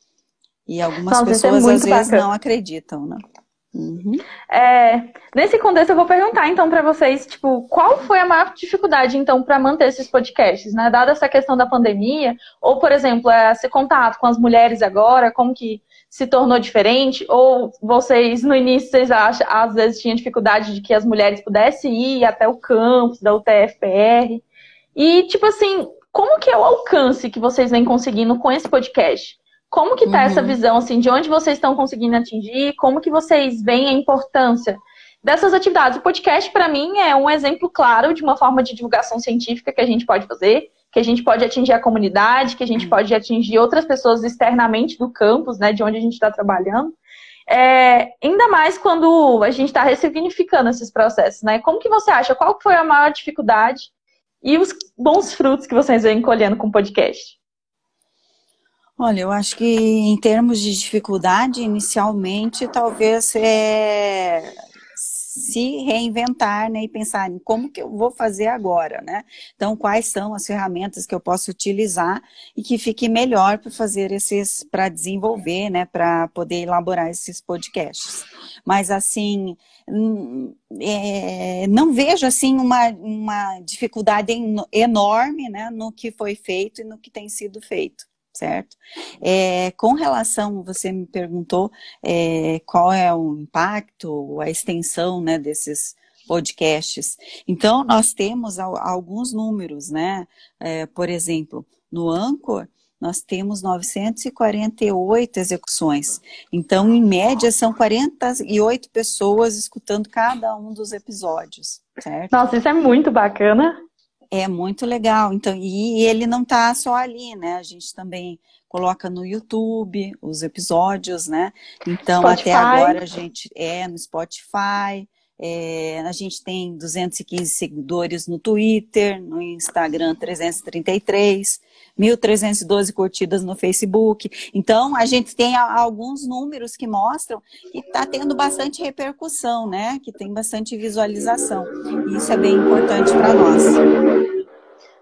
E algumas Nossa, pessoas, é às vezes, bacana. não acreditam, né? Uhum. É, nesse contexto, eu vou perguntar, então, para vocês, tipo, qual foi a maior dificuldade, então, para manter esses podcasts, né? Dada essa questão da pandemia, ou, por exemplo, esse contato com as mulheres agora, como que se tornou diferente? Ou vocês, no início, vocês acham, às vezes, tinham dificuldade de que as mulheres pudessem ir até o campus da U T F P R? E, tipo assim, como que é o alcance que vocês vêm conseguindo com esse podcast? Como que tá uhum. essa visão, assim, de onde vocês estão conseguindo atingir? Como que vocês veem a importância dessas atividades? O podcast, para mim, é um exemplo claro de uma forma de divulgação científica que a gente pode fazer, que a gente pode atingir a comunidade, que a gente pode atingir outras pessoas externamente do campus, né, de onde a gente está trabalhando. É, ainda mais quando a gente está ressignificando esses processos, né? Como que você acha? Qual foi a maior dificuldade e os bons frutos que vocês vêm colhendo com o podcast? Olha, eu acho que em termos de dificuldade, inicialmente, talvez é se reinventar, né, e pensar em como que eu vou fazer agora, né? Então, quais são as ferramentas que eu posso utilizar e que fique melhor para fazer esses, para desenvolver, né, para poder elaborar esses podcasts. Mas, assim, é, não vejo, assim, uma, uma dificuldade enorme, né, no que foi feito e no que tem sido feito. Certo? É, com relação, você me perguntou é, qual é o impacto, a extensão, né, desses podcasts. Então, nós temos alguns números, né? É, por exemplo, no Anchor, nós temos novecentas e quarenta e oito execuções. Então, em média, são quarenta e oito pessoas escutando cada um dos episódios, certo? Nossa, isso é muito bacana. É muito legal, então, e ele não está só ali, né, a gente também coloca no YouTube os episódios, né, então Spotify. Até agora a gente é no Spotify, é, a gente tem duzentos e quinze seguidores no Twitter, no Instagram trezentos e trinta e três, mil trezentos e doze curtidas no Facebook, então a gente tem alguns números que mostram que está tendo bastante repercussão, né, que tem bastante visualização, e isso é bem importante para nós.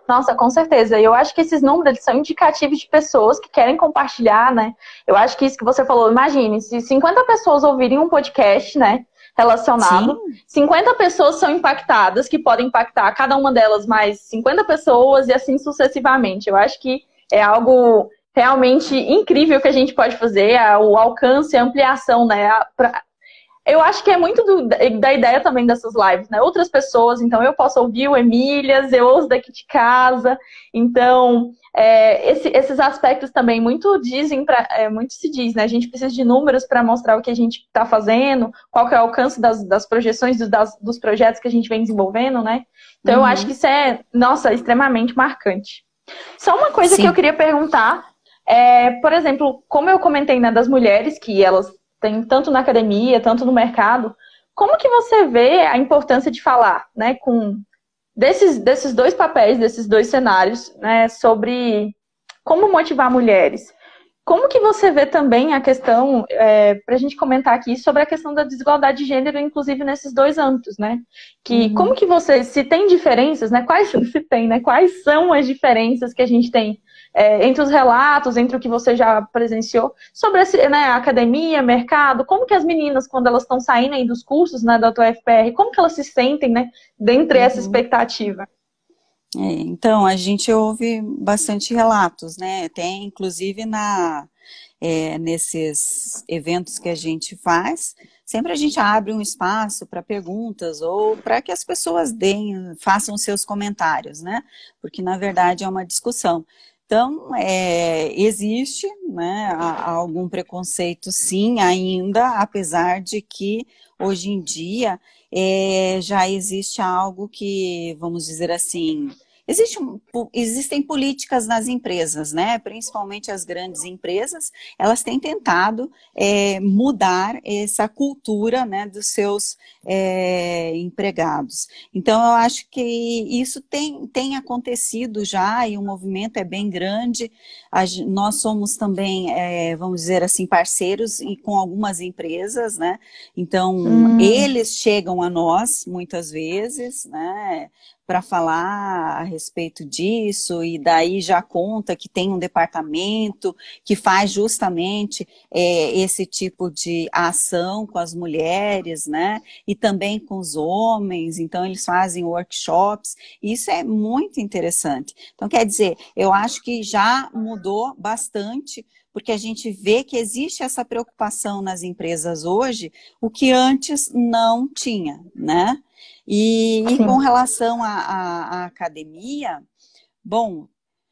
Nossa, com certeza. E eu acho que esses números eles são indicativos de pessoas que querem compartilhar, né? Eu acho que isso que você falou, imagine, se cinquenta pessoas ouvirem um podcast, né, relacionado, Sim. cinquenta pessoas são impactadas, que podem impactar cada uma delas mais cinquenta pessoas e assim sucessivamente. Eu acho que é algo realmente incrível que a gente pode fazer, o alcance, a ampliação, né? Pra... Eu acho que é muito do, da ideia também dessas lives, né? Outras pessoas, então eu posso ouvir o Emílias, eu ouço daqui de casa, então é, esse, esses aspectos também muito dizem, pra, é, muito se diz, né? A gente precisa de números para mostrar o que a gente está fazendo, qual que é o alcance das, das projeções dos, das, dos projetos que a gente vem desenvolvendo, né? Então uhum. eu acho que isso é, nossa, extremamente marcante. Só uma coisa Sim. que eu queria perguntar, é, por exemplo, como eu comentei, né, das mulheres, que elas tem tanto na academia, tanto no mercado. Como que você vê a importância de falar, né, com desses, desses dois papéis, desses dois cenários, né, sobre como motivar mulheres? Como que você vê também a questão, é, para a gente comentar aqui, sobre a questão da desigualdade de gênero, inclusive nesses dois âmbitos, né? Que uhum. como que você, se tem diferenças, né? Quais se tem, né? Quais são as diferenças que a gente tem é, entre os relatos, entre o que você já presenciou, sobre esse, né, a academia, mercado, como que as meninas, quando elas estão saindo aí dos cursos, né, da U F P R, como que elas se sentem, né, dentre uhum. essa expectativa? É, então, a gente ouve bastante relatos, né? Tem, inclusive, na, é, nesses eventos que a gente faz, sempre a gente abre um espaço para perguntas ou para que as pessoas deem, façam seus comentários, né? Porque, na verdade, é uma discussão. Então, é, existe, né, algum preconceito, sim, ainda, apesar de que, hoje em dia, é, já existe algo que, vamos dizer assim, existe um, existem políticas nas empresas, né, principalmente as grandes empresas, elas têm tentado é, mudar essa cultura, né, dos seus é, empregados. Então, eu acho que isso tem, tem acontecido já e o movimento é bem grande. A, nós somos também, é, vamos dizer assim, parceiros e com algumas empresas, né? Então, hum. eles chegam a nós, muitas vezes, né, para falar a respeito disso, e daí já conta que tem um departamento que faz justamente é, esse tipo de ação com as mulheres, né? E também com os homens, então eles fazem workshops, e isso é muito interessante. Então, quer dizer, eu acho que já mudou bastante, porque a gente vê que existe essa preocupação nas empresas hoje, o que antes não tinha, né? E, e com relação à, à, à academia, bom,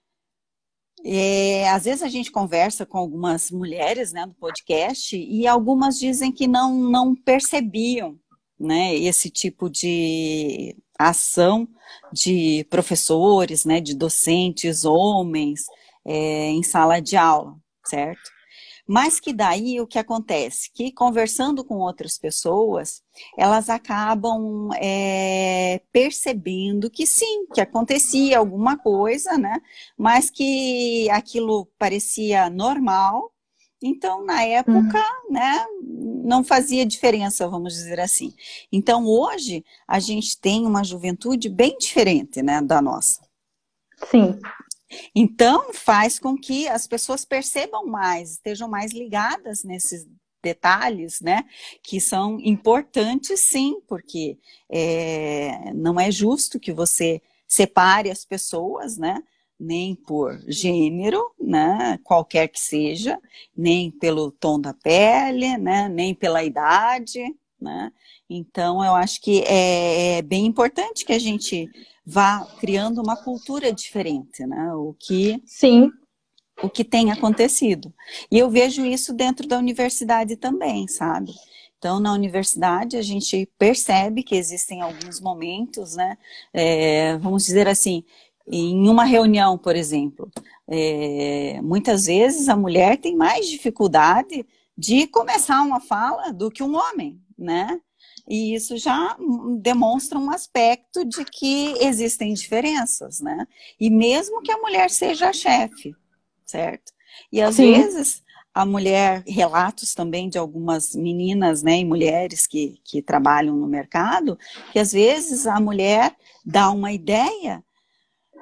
é, às vezes a gente conversa com algumas mulheres, né, do podcast, e algumas dizem que não, não percebiam, né, esse tipo de ação de professores, né, de docentes, homens, é, em sala de aula, certo? Mas que daí o que acontece? Que conversando com outras pessoas, elas acabam é, percebendo que sim, que acontecia alguma coisa, né? Mas que aquilo parecia normal. Então, na época, uhum. né, não fazia diferença, vamos dizer assim. Então, hoje, a gente tem uma juventude bem diferente, né, da nossa. Sim. Então, faz com que as pessoas percebam mais, estejam mais ligadas nesses detalhes, né, que são importantes, sim, porque é, não é justo que você separe as pessoas, né, nem por gênero, né, qualquer que seja, nem pelo tom da pele, né, nem pela idade, né. Então, eu acho que é, é bem importante que a gente vá criando uma cultura diferente, né? O que, Sim. o que tem acontecido. E eu vejo isso dentro da universidade também, sabe? Então, na universidade, a gente percebe que existem alguns momentos, né? É, vamos dizer assim, em uma reunião, por exemplo, é, muitas vezes a mulher tem mais dificuldade de começar uma fala do que um homem, né? E isso já demonstra um aspecto de que existem diferenças, né? E mesmo que a mulher seja a chefe, certo? E às Sim. vezes a mulher, relatos também de algumas meninas, né, e mulheres que, que trabalham no mercado, que às vezes a mulher dá uma ideia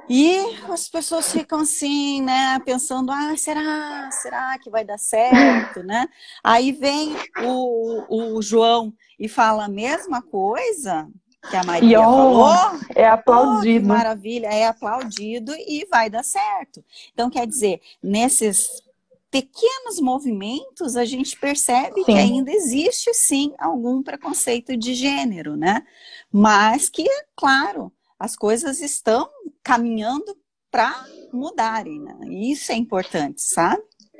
E as pessoas ficam assim, né, pensando, ah, será, será que vai dar certo, né? Aí vem o, o João e fala a mesma coisa que a E Maria ó, falou, é oh, que aplaudido. maravilha, é aplaudido e vai dar certo. Então, quer dizer, nesses pequenos movimentos, a gente percebe que Sim. ainda existe, sim, algum preconceito de gênero, né? Mas que, claro, as coisas estão caminhando para mudarem, né? E isso é importante, sabe?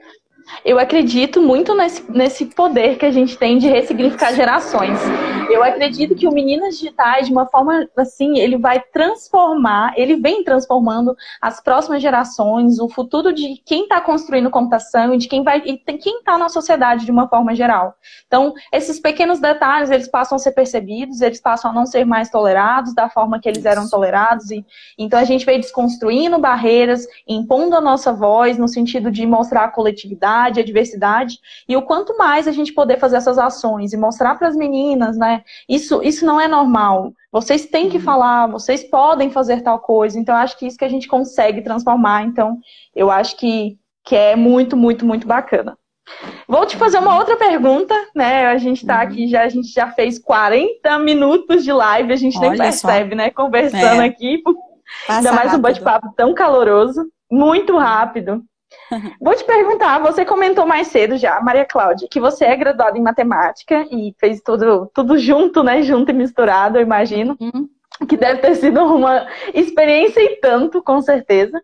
Eu acredito muito nesse, nesse poder que a gente tem de ressignificar gerações. Eu acredito que o Meninas Digitais, de uma forma assim, ele vai transformar, ele vem transformando as próximas gerações, o futuro de quem está construindo computação e de quem vai e quem está na sociedade de uma forma geral. Então, esses pequenos detalhes, eles passam a ser percebidos, eles passam a não ser mais tolerados da forma que eles Isso. eram tolerados. E, então, a gente vem desconstruindo barreiras, impondo a nossa voz no sentido de mostrar a coletividade, a diversidade, e o quanto mais a gente poder fazer essas ações e mostrar para as meninas, né, isso, isso não é normal, vocês têm que falar, vocês podem fazer tal coisa, então eu acho que isso que a gente consegue transformar, então eu acho que, que é muito, muito, muito bacana. Vou te fazer uma outra pergunta, né, a gente tá aqui, já, a gente já fez quarenta minutos de live, a gente nem Olha percebe, só. né, conversando É. aqui, Passa ainda mais um rápido. bate-papo tão caloroso, muito rápido. Vou te perguntar, você comentou mais cedo já, Maria Cláudia, que você é graduada em matemática e fez tudo, tudo junto, né? Junto e misturado, eu imagino. Uhum. Que deve ter sido uma experiência e tanto, com certeza.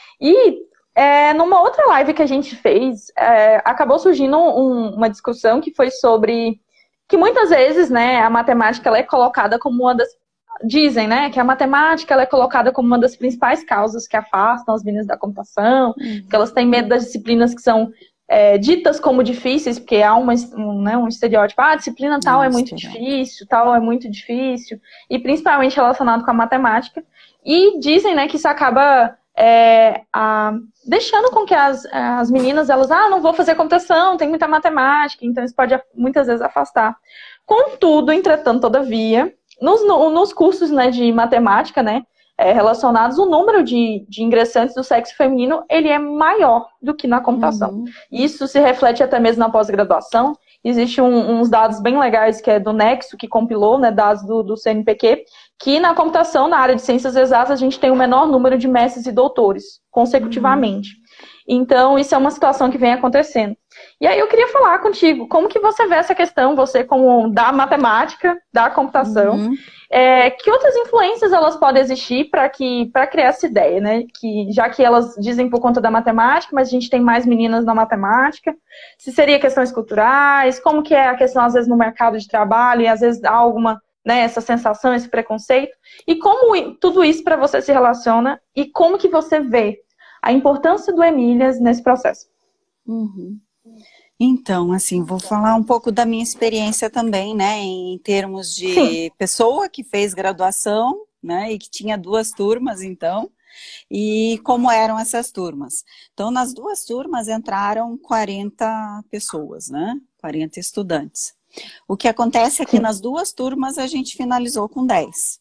E é, numa outra live que a gente fez, é, acabou surgindo um, uma discussão que foi sobre que muitas vezes, né, a matemática ela é colocada como uma das Dizem, né, que a matemática ela é colocada como uma das principais causas que afastam as meninas da computação, Uhum. que elas têm medo das disciplinas que são é, ditas como difíceis, porque há uma, um, né, um estereótipo, ah, a disciplina tal é muito difícil, tal é muito difícil, e principalmente relacionado com a matemática. E dizem, né, que isso acaba é, a, deixando com que as, as meninas, elas, ah, não vou fazer computação, tem muita matemática, então isso pode muitas vezes afastar. Contudo, entretanto, todavia, Nos, nos cursos, né, de matemática, né, é, relacionados, o número de, de ingressantes do sexo feminino, ele é maior do que na computação. Uhum. Isso se reflete até mesmo na pós-graduação. Existem um, uns dados bem legais, que é do Nexo, que compilou, né, dados do, do C N P Q, que na computação, na área de ciências exatas, a gente tem o menor número de mestres e doutores, consecutivamente. Uhum. Então, isso é uma situação que vem acontecendo. E aí eu queria falar contigo, como que você vê essa questão, você como da matemática, da computação, uhum. é, que outras influências elas podem existir para que para criar essa ideia, né? Que, já que elas dizem por conta da matemática, mas a gente tem mais meninas na matemática, se seria questões culturais, como que é a questão, às vezes, no mercado de trabalho, e às vezes há alguma, né, essa sensação, esse preconceito, e como tudo isso para você se relaciona, e como que você vê a importância do Emílias nesse processo. Uhum. Então, assim, vou falar um pouco da minha experiência também, né, em termos de Sim. pessoa que fez graduação, né, e que tinha duas turmas, então, e como eram essas turmas. Então, nas duas turmas entraram quarenta pessoas, né, quarenta estudantes. O que acontece é que Sim. nas duas turmas a gente finalizou com dez.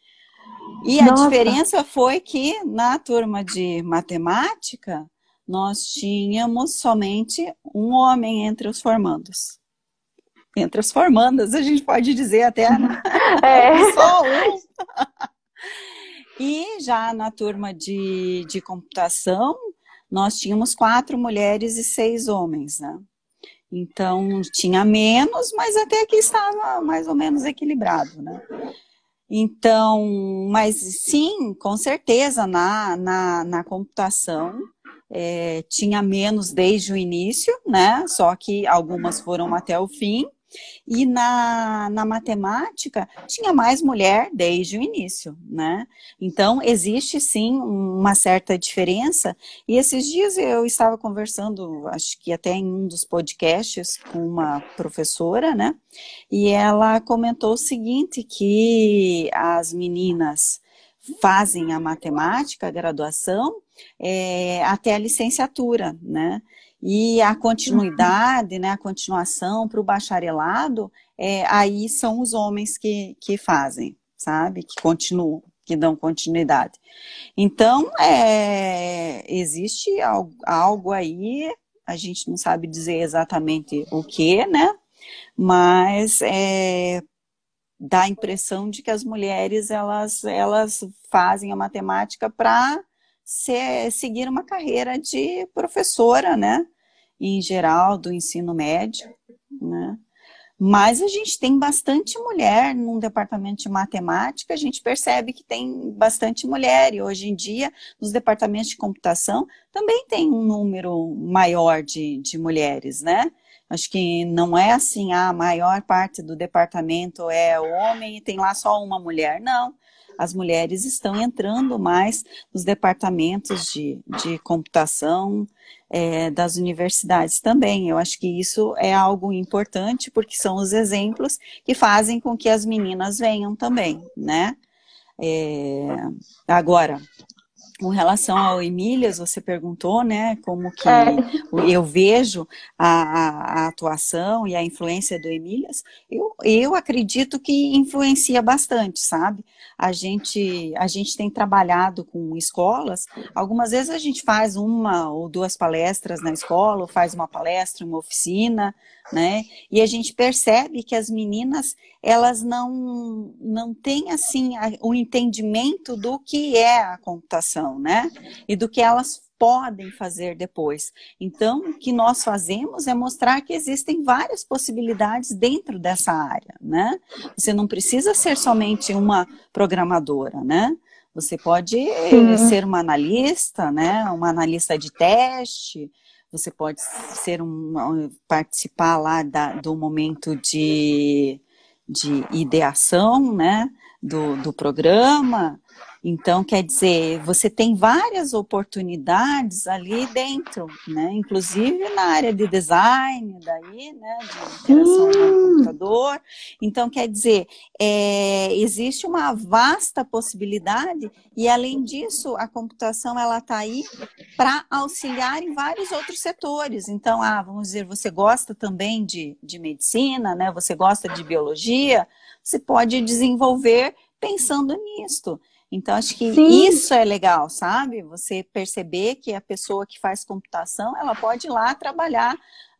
E a Nossa. diferença foi que na turma de matemática, nós tínhamos somente um homem entre os formandos. Entre os formandas, a gente pode dizer até, né? É. Só um. E já na turma de, de computação, nós tínhamos quatro mulheres e seis homens, né? Então, tinha menos, mas até que estava mais ou menos equilibrado, né? Então, mas sim, com certeza, na, na, na computação, é, tinha menos desde o início, né? Só que algumas foram até o fim. E na, na matemática, tinha mais mulher desde o início, né? Então, existe sim uma certa diferença. E esses dias eu estava conversando, acho que até em um dos podcasts, com uma professora, né? E ela comentou o seguinte, que as meninas fazem a matemática, a graduação, é, até a licenciatura, né? E a continuidade, né, a continuação para o bacharelado, é, aí são os homens que, que fazem, sabe? Que continuam. que dão continuidade. Então, é, existe algo, algo aí, a gente não sabe dizer exatamente o que, né? Mas é, dá a impressão de que as mulheres, elas, elas fazem a matemática para seguir uma carreira de professora, né? Em geral, do ensino médio, né? Mas a gente tem bastante mulher num departamento de matemática, a gente percebe que tem bastante mulher, e hoje em dia, nos departamentos de computação, também tem um número maior de, de mulheres, né? Acho que não é assim, a maior parte do departamento é homem e tem lá só uma mulher, não. As mulheres estão entrando mais nos departamentos de, de computação é, das universidades também. Eu acho que isso é algo importante, porque são os exemplos que fazem com que as meninas venham também, né? É, agora, com relação ao Emílias, você perguntou, né, como que É. eu vejo a, a, a atuação e a influência do Emílias. Eu, eu acredito que influencia bastante, sabe? A gente, a gente tem trabalhado com escolas, algumas vezes a gente faz uma ou duas palestras na escola, ou faz uma palestra, uma oficina, né? E a gente percebe que as meninas, elas não, não têm, assim, a, o entendimento do que é a computação, né? E do que elas podem fazer depois. Então, o que nós fazemos é mostrar que existem várias possibilidades dentro dessa área, né? Você não precisa ser somente uma programadora, né? Você pode Sim. ser uma analista, né? Uma analista de teste. Você pode ser um, participar lá da, do momento de, de ideação, né, do, do programa. Então, quer dizer, você tem várias oportunidades ali dentro, né? Inclusive na área de design, daí, né? De interação com o computador. Então, quer dizer, é, existe uma vasta possibilidade e, além disso, a computação, ela está aí para auxiliar em vários outros setores. Então, ah, vamos dizer, você gosta também de, de medicina, né? Você gosta de biologia, você pode desenvolver pensando nisto. Então, acho que Sim. isso é legal, sabe? Você perceber que a pessoa que faz computação, ela pode ir lá trabalhar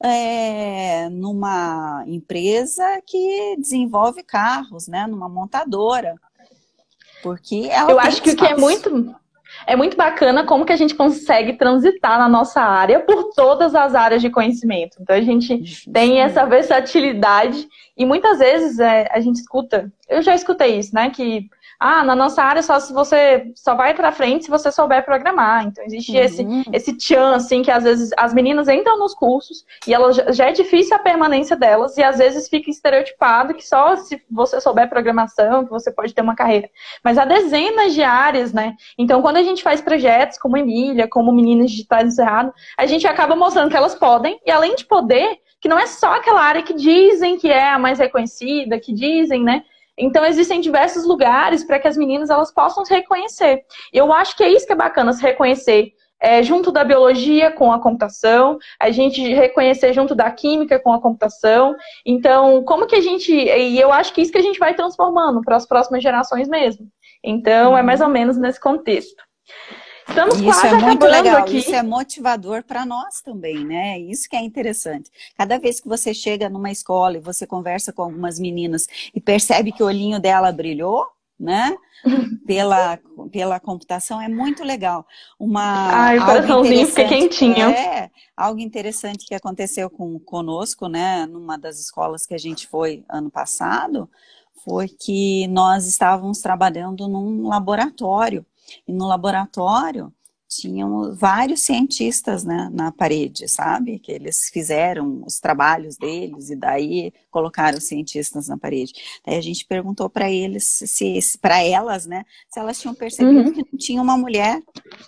é, numa empresa que desenvolve carros, né? Numa montadora. Porque ela Eu tem acho que o que é espaço. muito, é muito bacana como que a gente consegue transitar na nossa área por todas as áreas de conhecimento. Então, a gente Isso. tem essa versatilidade e muitas vezes é, a gente escuta, eu já escutei isso, né? Que ah, na nossa área só se você só vai pra frente se você souber programar. Então existe Uhum. esse, esse tchan, assim, que às vezes as meninas entram nos cursos e elas, já é difícil a permanência delas e às vezes fica estereotipado que só se você souber programação que você pode ter uma carreira. Mas há dezenas de áreas, né? Então quando a gente faz projetos como Emília, como Meninas Digitais no Cerrado, a gente acaba mostrando que elas podem e além de poder, que não é só aquela área que dizem que é a mais reconhecida, que dizem, né? Então, existem diversos lugares para que as meninas elas possam se reconhecer. Eu acho que é isso que é bacana, se reconhecer é, junto da biologia com a computação, a gente reconhecer junto da química com a computação. Então, como que a gente... E eu acho que isso que a gente vai transformando para as próximas gerações mesmo. Então, uhum. é mais ou menos nesse contexto. Estamos isso quase é muito legal, aqui. Isso é motivador para nós também, né? Isso que é interessante. Cada vez que você chega numa escola e você conversa com algumas meninas e percebe que o olhinho dela brilhou, né? Pela, pela computação, é muito legal. Uma, Ai, o coraçãozinho fica quentinho. É, algo interessante que aconteceu com, conosco, né? Numa das escolas que a gente foi ano passado, foi que nós estávamos trabalhando num laboratório. E no laboratório tinham vários cientistas, né, na parede, sabe? Que eles fizeram os trabalhos deles e daí colocaram os cientistas na parede. Daí a gente perguntou para eles, se, para elas, né, se elas tinham percebido uhum. que não tinha uma mulher.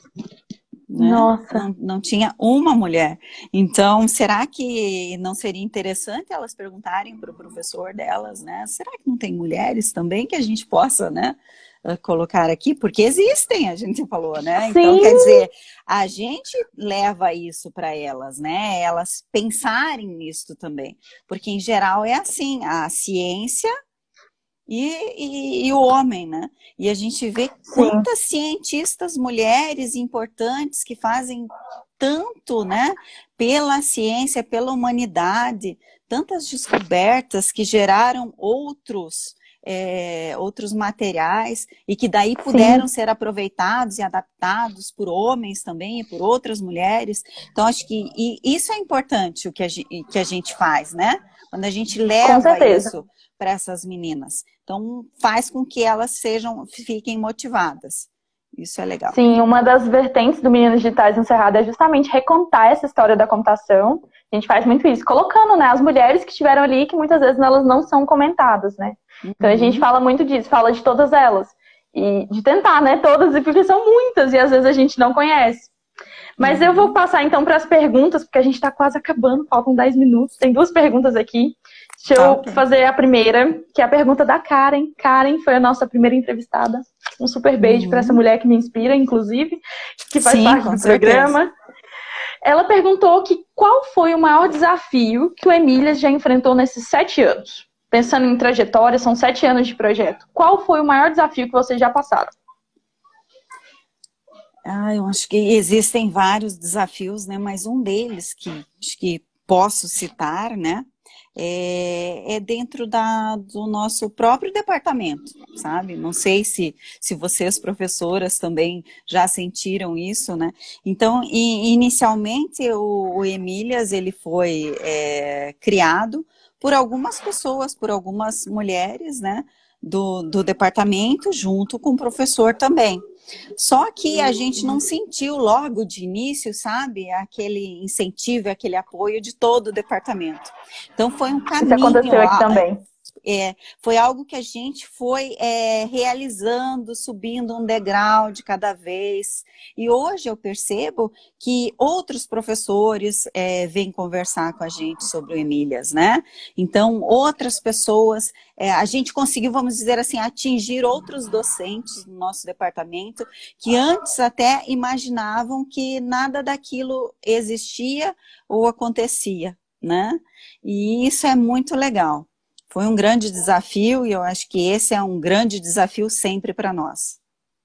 Né? Nossa. Não, não tinha uma mulher. Então, será que não seria interessante elas perguntarem para o professor delas, né? Será que não tem mulheres também que a gente possa, né? Colocar aqui, porque existem, a gente falou, né? Sim. Então, quer dizer, a gente leva isso para elas, né? Elas pensarem nisso também. Porque, em geral, é assim, a ciência, e, e, e o homem, né? E a gente vê quantas cientistas mulheres importantes que fazem tanto, né, pela ciência, pela humanidade, tantas descobertas que geraram outros, é, outros materiais e que daí puderam Sim. ser aproveitados e adaptados por homens também e por outras mulheres. Então, acho que e isso é importante o que a gente, que a gente faz, né? Quando a gente leva isso para essas meninas. Então, faz com que elas sejam, fiquem motivadas. Isso é legal. Sim, uma das vertentes do Meninas Digitais no Cerrado é justamente recontar essa história da computação. A gente faz muito isso, colocando, né, as mulheres que estiveram ali, que muitas vezes elas não são comentadas, né? Uhum. Então a gente fala muito disso, fala de todas elas. E de tentar, né, todas, porque são muitas e às vezes a gente não conhece. Mas uhum. eu vou passar então para as perguntas, porque a gente está quase acabando, faltam dez minutos. Tem duas perguntas aqui. Deixa eu okay. fazer a primeira, que é a pergunta da Karen. Karen foi a nossa primeira entrevistada. Um super beijo uhum. para essa mulher que me inspira, inclusive, que faz Sim, parte do certeza. programa. Ela perguntou que qual foi o maior desafio que o Emílias já enfrentou nesses sete anos? Pensando em trajetória, são sete anos de projeto. Qual foi o maior desafio que vocês já passaram? Ah, eu acho que existem vários desafios, né? Mas um deles que, que posso citar, né? É, é dentro da, do nosso próprio departamento, sabe? Não sei se, se vocês, professoras, também já sentiram isso, né? Então, e, inicialmente, o, o Emílias, ele foi é, criado por algumas pessoas, por algumas mulheres, né? Do, do departamento, junto com o professor também. Só que a gente não sentiu logo de início, sabe, aquele incentivo, aquele apoio de todo o departamento. Então foi um caminho. Isso aconteceu aqui também. É, foi algo que a gente foi é, realizando, subindo um degrau de cada vez. E hoje eu percebo que outros professores é, vêm conversar com a gente sobre o Emílias, né? Então, outras pessoas, é, a gente conseguiu, vamos dizer assim, atingir outros docentes no nosso departamento que antes até imaginavam que nada daquilo existia ou acontecia, né? E isso é muito legal. Foi um grande desafio e eu acho que esse é um grande desafio sempre para nós.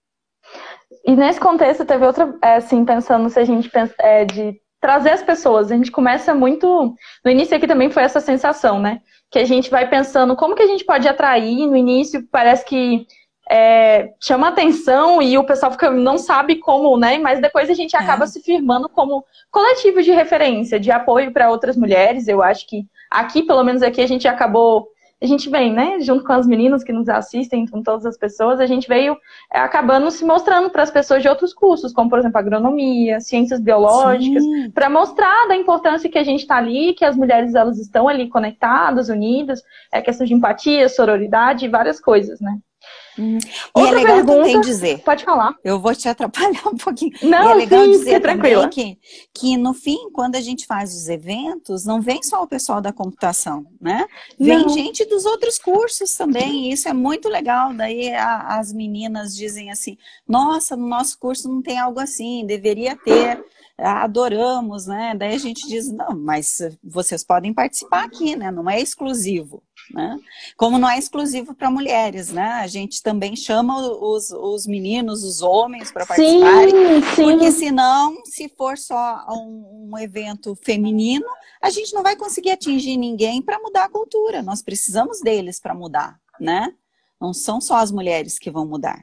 E nesse contexto teve outra, assim, pensando se a gente pensa, é, de trazer as pessoas, a gente começa muito, no início aqui também foi essa sensação, né, que a gente vai pensando como que a gente pode atrair, no início parece que é, chama atenção e o pessoal fica, não sabe como, né, mas depois a gente acaba é. se firmando como coletivo de referência, de apoio para outras mulheres. Eu acho que aqui, pelo menos aqui, a gente acabou, a gente vem, né, junto com as meninas que nos assistem, com todas as pessoas, a gente veio é, acabando se mostrando para as pessoas de outros cursos, como, por exemplo, agronomia, ciências biológicas, para mostrar da importância que a gente está ali, que as mulheres, elas estão ali conectadas, unidas, é questão de empatia, sororidade e várias coisas, né. Hum. E Outra é legal pergunta, também dizer. Pode falar. Eu vou te atrapalhar um pouquinho. Não, e é legal sim, dizer também que, que no fim, quando a gente faz os eventos, não vem só o pessoal da computação, né? Vem não. gente dos outros cursos também. E isso é muito legal. Daí a, as meninas dizem assim: nossa, no nosso curso não tem algo assim, deveria ter. Adoramos, né? Daí a gente diz, não, mas vocês podem participar aqui, né? Não é exclusivo, né? Como não é exclusivo para mulheres, né? A gente também chama os, os meninos, os homens para participarem, sim, sim. porque senão, se for só um, um evento feminino, a gente não vai conseguir atingir ninguém para mudar a cultura. Nós precisamos deles para mudar, né? Não são só as mulheres que vão mudar.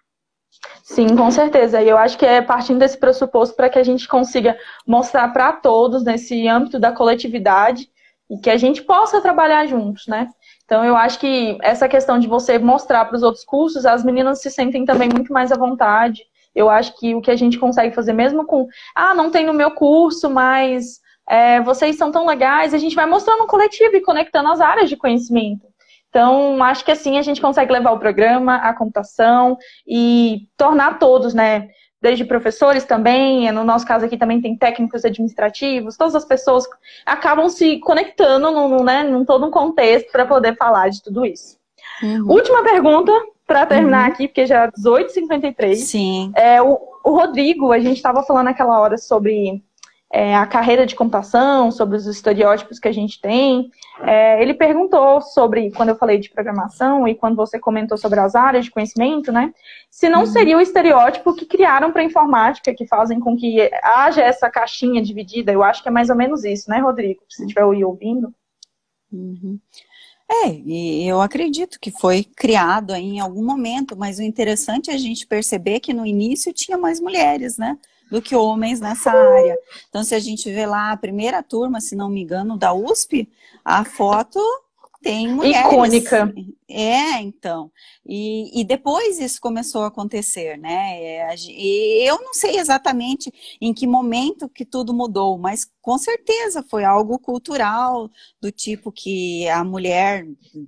Sim, com certeza. E eu acho que é partindo desse pressuposto para que a gente consiga mostrar para todos nesse âmbito da coletividade e que a gente possa trabalhar juntos, né? Então eu acho que essa questão de você mostrar para os outros cursos, as meninas se sentem também muito mais à vontade. Eu acho que o que a gente consegue fazer mesmo com, ah, não tem no meu curso, mas é, vocês são tão legais, a gente vai mostrando no coletivo e conectando as áreas de conhecimento. Então, acho que assim a gente consegue levar o programa, a computação e tornar todos, né, desde professores também, no nosso caso aqui também tem técnicos administrativos, todas as pessoas acabam se conectando num, né, num todo um contexto para poder falar de tudo isso. Uhum. Última pergunta, para terminar uhum. aqui, porque já é dezoito e cinquenta e três. Sim. É, o, o Rodrigo, a gente estava falando naquela hora sobre é, a carreira de computação, sobre os estereótipos que a gente tem. É, ele perguntou sobre, quando eu falei de programação e quando você comentou sobre as áreas de conhecimento, né, se não seria o estereótipo que criaram para a informática, que fazem com que haja essa caixinha dividida. Eu acho que é mais ou menos isso, né, Rodrigo? Se estiver aí ouvindo. Uhum. É, e eu acredito que foi criado aí em algum momento, mas o interessante é a gente perceber que no início tinha mais mulheres, né, do que homens nessa área. Então, se a gente vê lá a primeira turma, se não me engano, da U S P, a foto tem mulheres. Icônica. É, então. E, e depois isso começou a acontecer, né? É, e eu não sei exatamente em que momento que tudo mudou, mas com certeza foi algo cultural, do tipo que a mulher,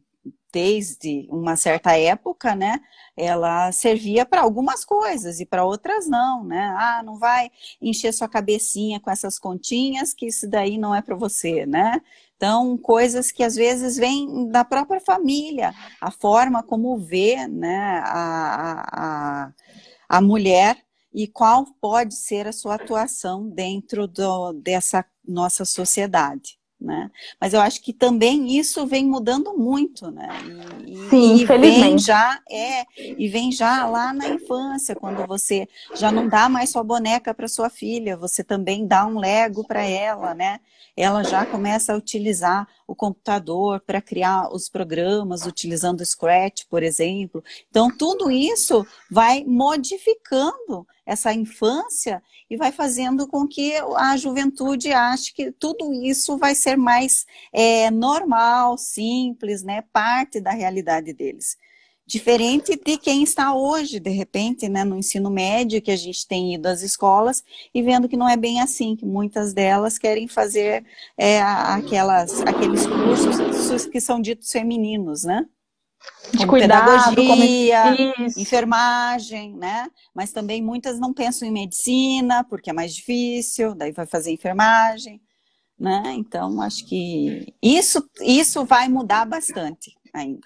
desde uma certa época, né, ela servia para algumas coisas e para outras não, né? Ah, não vai encher sua cabecinha com essas continhas, que isso daí não é para você, né? Então, coisas que às vezes vêm da própria família, a forma como vê, né, a, a, a mulher e qual pode ser a sua atuação dentro do, dessa nossa sociedade. Né? Mas eu acho que também isso vem mudando muito, né? E, Sim, e infelizmente. Vem já, é, e vem já lá na infância, quando você já não dá mais sua boneca para sua filha, você também dá um Lego para ela, né? Ela já começa a utilizar o computador para criar os programas, utilizando o Scratch, por exemplo. Então, tudo isso vai modificando essa infância e vai fazendo com que a juventude ache que tudo isso vai ser mais é, normal, simples, né, parte da realidade deles. Diferente de quem está hoje, de repente, né, no ensino médio, que a gente tem ido às escolas e vendo que não é bem assim, que muitas delas querem fazer é, aquelas, aqueles cursos que são ditos femininos, né? De como cuidado, pedagogia, como... enfermagem, né? Mas também muitas não pensam em medicina, porque é mais difícil, daí vai fazer enfermagem, né? Então, acho que isso, isso vai mudar bastante ainda.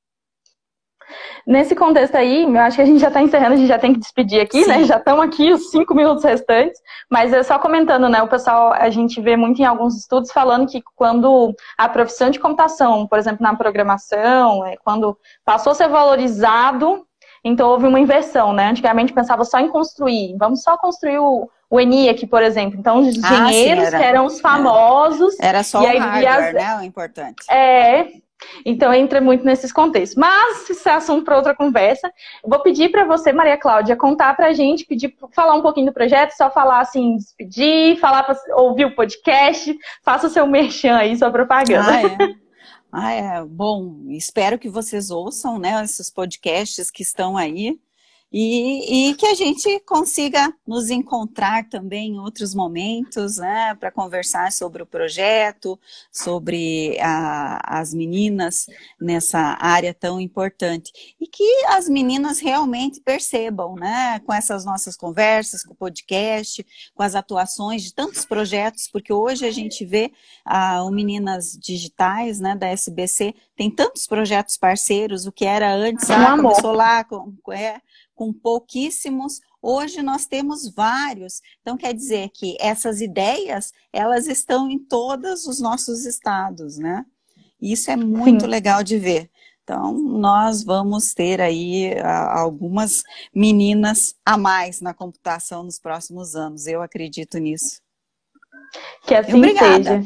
Nesse contexto aí, eu acho que a gente já está encerrando, a gente já tem que despedir aqui, Sim. né? Já estamos aqui os cinco minutos restantes, mas é só comentando, né? O pessoal, a gente vê muito em alguns estudos falando que quando a profissão de computação, por exemplo, na programação, é, quando passou a ser valorizado, então houve uma inversão, né? Antigamente pensava só em construir, vamos só construir o, o ENIAC, por exemplo. Então, os engenheiros ah, sim, era, que eram os famosos. Era só e o aí, hardware, as, né? O importante. É. Então, entra muito nesses contextos. Mas, isso é assunto para outra conversa. Eu vou pedir para você, Maria Cláudia, contar para a gente, pedir falar um pouquinho do projeto, só falar assim, despedir, falar para ouvir o podcast, faça o seu merchan aí, sua propaganda. Ah, é. Ah, é. Bom, espero que vocês ouçam, né, esses podcasts que estão aí. E, e que a gente consiga nos encontrar também em outros momentos, né, para conversar sobre o projeto, sobre a, as meninas nessa área tão importante. E que as meninas realmente percebam, né, com essas nossas conversas, com o podcast, com as atuações de tantos projetos, porque hoje a gente vê ah, o Meninas Digitais, né, da S B C, tem tantos projetos parceiros, o que era antes, ah, começou lá com... É, com pouquíssimos, hoje nós temos vários. Então, quer dizer que essas ideias, elas estão em todos os nossos estados, né? Isso é muito Sim. legal de ver. Então, nós vamos ter aí a, algumas meninas a mais na computação nos próximos anos. Eu acredito nisso. Que assim seja.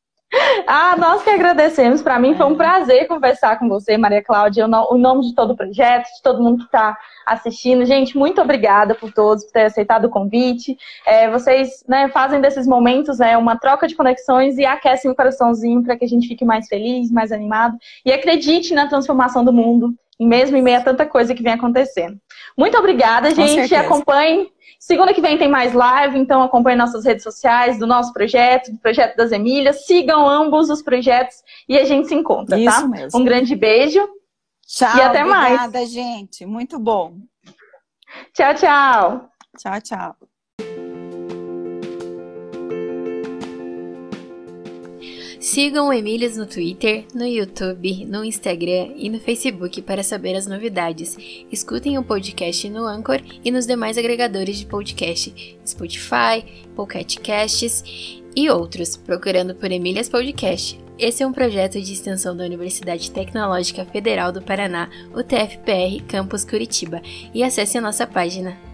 Ah, nós que agradecemos. Para mim foi um prazer conversar com você, Maria Cláudia, o nome de todo o projeto, de todo mundo que está assistindo. Gente, muito obrigada por todos, por ter aceitado o convite. É, vocês né, fazem desses momentos né, uma troca de conexões e aquecem o coraçãozinho para que a gente fique mais feliz, mais animado e acredite na transformação do mundo, mesmo em meio a tanta coisa que vem acontecendo. Muito obrigada, gente. Acompanhem. Segunda que vem tem mais live, então acompanhe nossas redes sociais, do nosso projeto, do projeto das Emílias. Sigam ambos os projetos e a gente se encontra, Isso tá? mesmo. Um grande beijo. Tchau, e até mais. Obrigada, gente. Muito bom. Tchau, tchau. Tchau, tchau. Sigam o Emílias no Twitter, no YouTube, no Instagram e no Facebook para saber as novidades. Escutem o podcast no Anchor e nos demais agregadores de podcast, Spotify, Pocket Casts e outros, procurando por Emílias Podcast. Esse é um projeto de extensão da Universidade Tecnológica Federal do Paraná, U T F P R, Campus Curitiba, e acesse a nossa página.